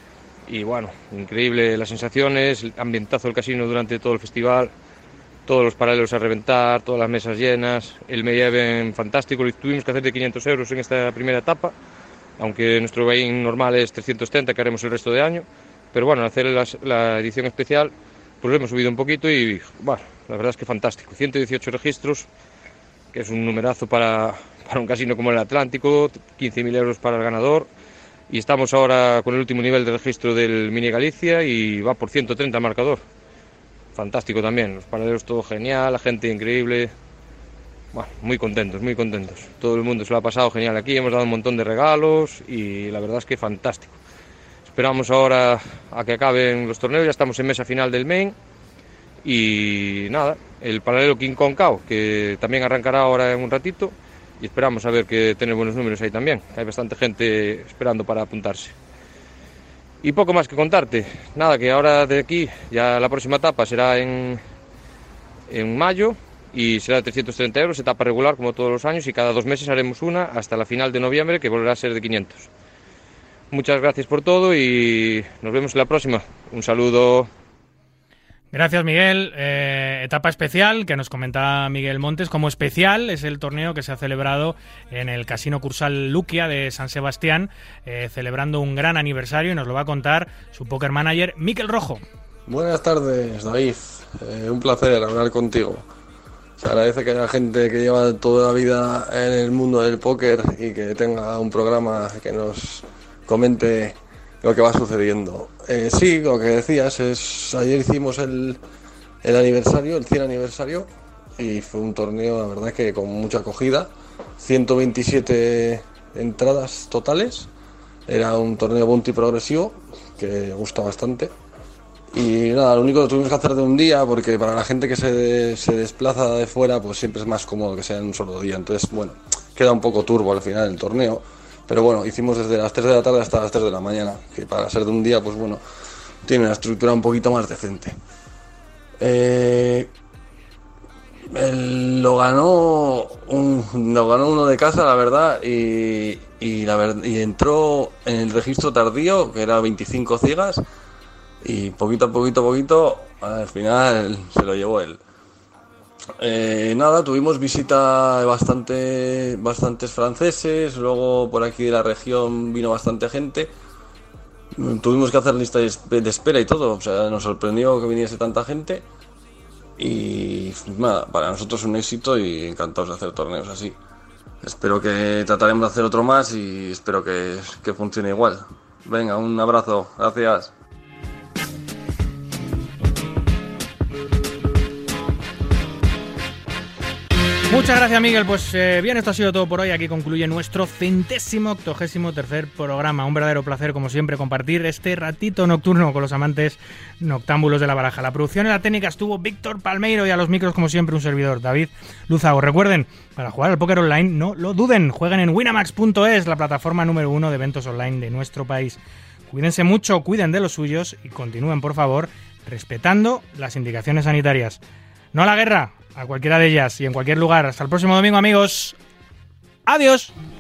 Y bueno, increíble las sensaciones, el ambientazo del casino durante todo el festival, todos los paralelos a reventar, todas las mesas llenas, el main event fantástico, lo tuvimos que hacer de 500 euros en esta primera etapa, aunque nuestro buy-in normal es 330, que haremos el resto de año, pero bueno, al hacer la edición especial, pues lo hemos subido un poquito y bueno, la verdad es que fantástico, 118 registros, que es un numerazo para un casino como el Atlántico, 15.000 euros para el ganador. Y estamos ahora con el último nivel de registro del Mini Galicia y va por 130 marcador. Fantástico también, los paralelos todo genial, la gente increíble. Bueno, muy contentos, muy contentos. Todo el mundo se lo ha pasado genial aquí, hemos dado un montón de regalos y la verdad es que fantástico. Esperamos ahora a que acaben los torneos, ya estamos en mesa final del main. Y nada, el paralelo King Kong Cao, que también arrancará ahora en un ratito. Y esperamos a ver que tener buenos números ahí también. Hay bastante gente esperando para apuntarse. Y poco más que contarte. Nada, que ahora de aquí, ya la próxima etapa será en mayo y será de 330 euros, etapa regular como todos los años, y cada 2 meses haremos una hasta la final de noviembre, que volverá a ser de 500. Muchas gracias por todo y nos vemos en la próxima. Un saludo. Gracias, Miguel. Etapa especial que nos comenta Miguel Montes. Como especial es el torneo que se ha celebrado en el Casino Cursal Luquia de San Sebastián, celebrando un gran aniversario, y nos lo va a contar su póker manager, Miquel Rojo. Buenas tardes, David. Un placer hablar contigo. Se agradece que haya gente que lleva toda la vida en el mundo del póker y que tenga un programa que nos comente lo que va sucediendo. Sí, lo que decías es, ayer hicimos el aniversario, el 100 aniversario, y fue un torneo, la verdad, que con mucha acogida, 127 entradas totales, era un torneo bounty progresivo, que gusta bastante, y nada, lo único que tuvimos que hacer de un día, porque para la gente que se desplaza de fuera, pues siempre es más cómodo que sea en un solo día, entonces, bueno, queda un poco turbo al final el torneo. Pero bueno, hicimos desde las 3 de la tarde hasta las 3 de la mañana, que para ser de un día, pues bueno, tiene una estructura un poquito más decente. Lo ganó uno de casa, la verdad, y entró en el registro tardío, que era 25 ciegas, y poquito a poquito, al final se lo llevó él. Nada, tuvimos visita de bastantes franceses, luego por aquí de la región vino bastante gente, tuvimos que hacer lista de espera y todo, o sea, nos sorprendió que viniese tanta gente y nada, para nosotros es un éxito y encantados de hacer torneos así. Espero que trataremos de hacer otro más y espero que funcione igual. Venga, un abrazo, gracias. Muchas gracias, Miguel. Pues bien, esto ha sido todo por hoy. Aquí concluye nuestro 183º programa. Un verdadero placer, como siempre, compartir este ratito nocturno con los amantes noctámbulos de la baraja. La producción y la técnica estuvo Víctor Palmeiro y a los micros, como siempre, un servidor, David Luzago. Recuerden, para jugar al póker online, no lo duden. Jueguen en winamax.es, la plataforma número 1 de eventos online de nuestro país. Cuídense mucho, cuiden de los suyos y continúen, por favor, respetando las indicaciones sanitarias. No a la guerra, a cualquiera de ellas y en cualquier lugar. Hasta el próximo domingo, amigos. ¡Adiós!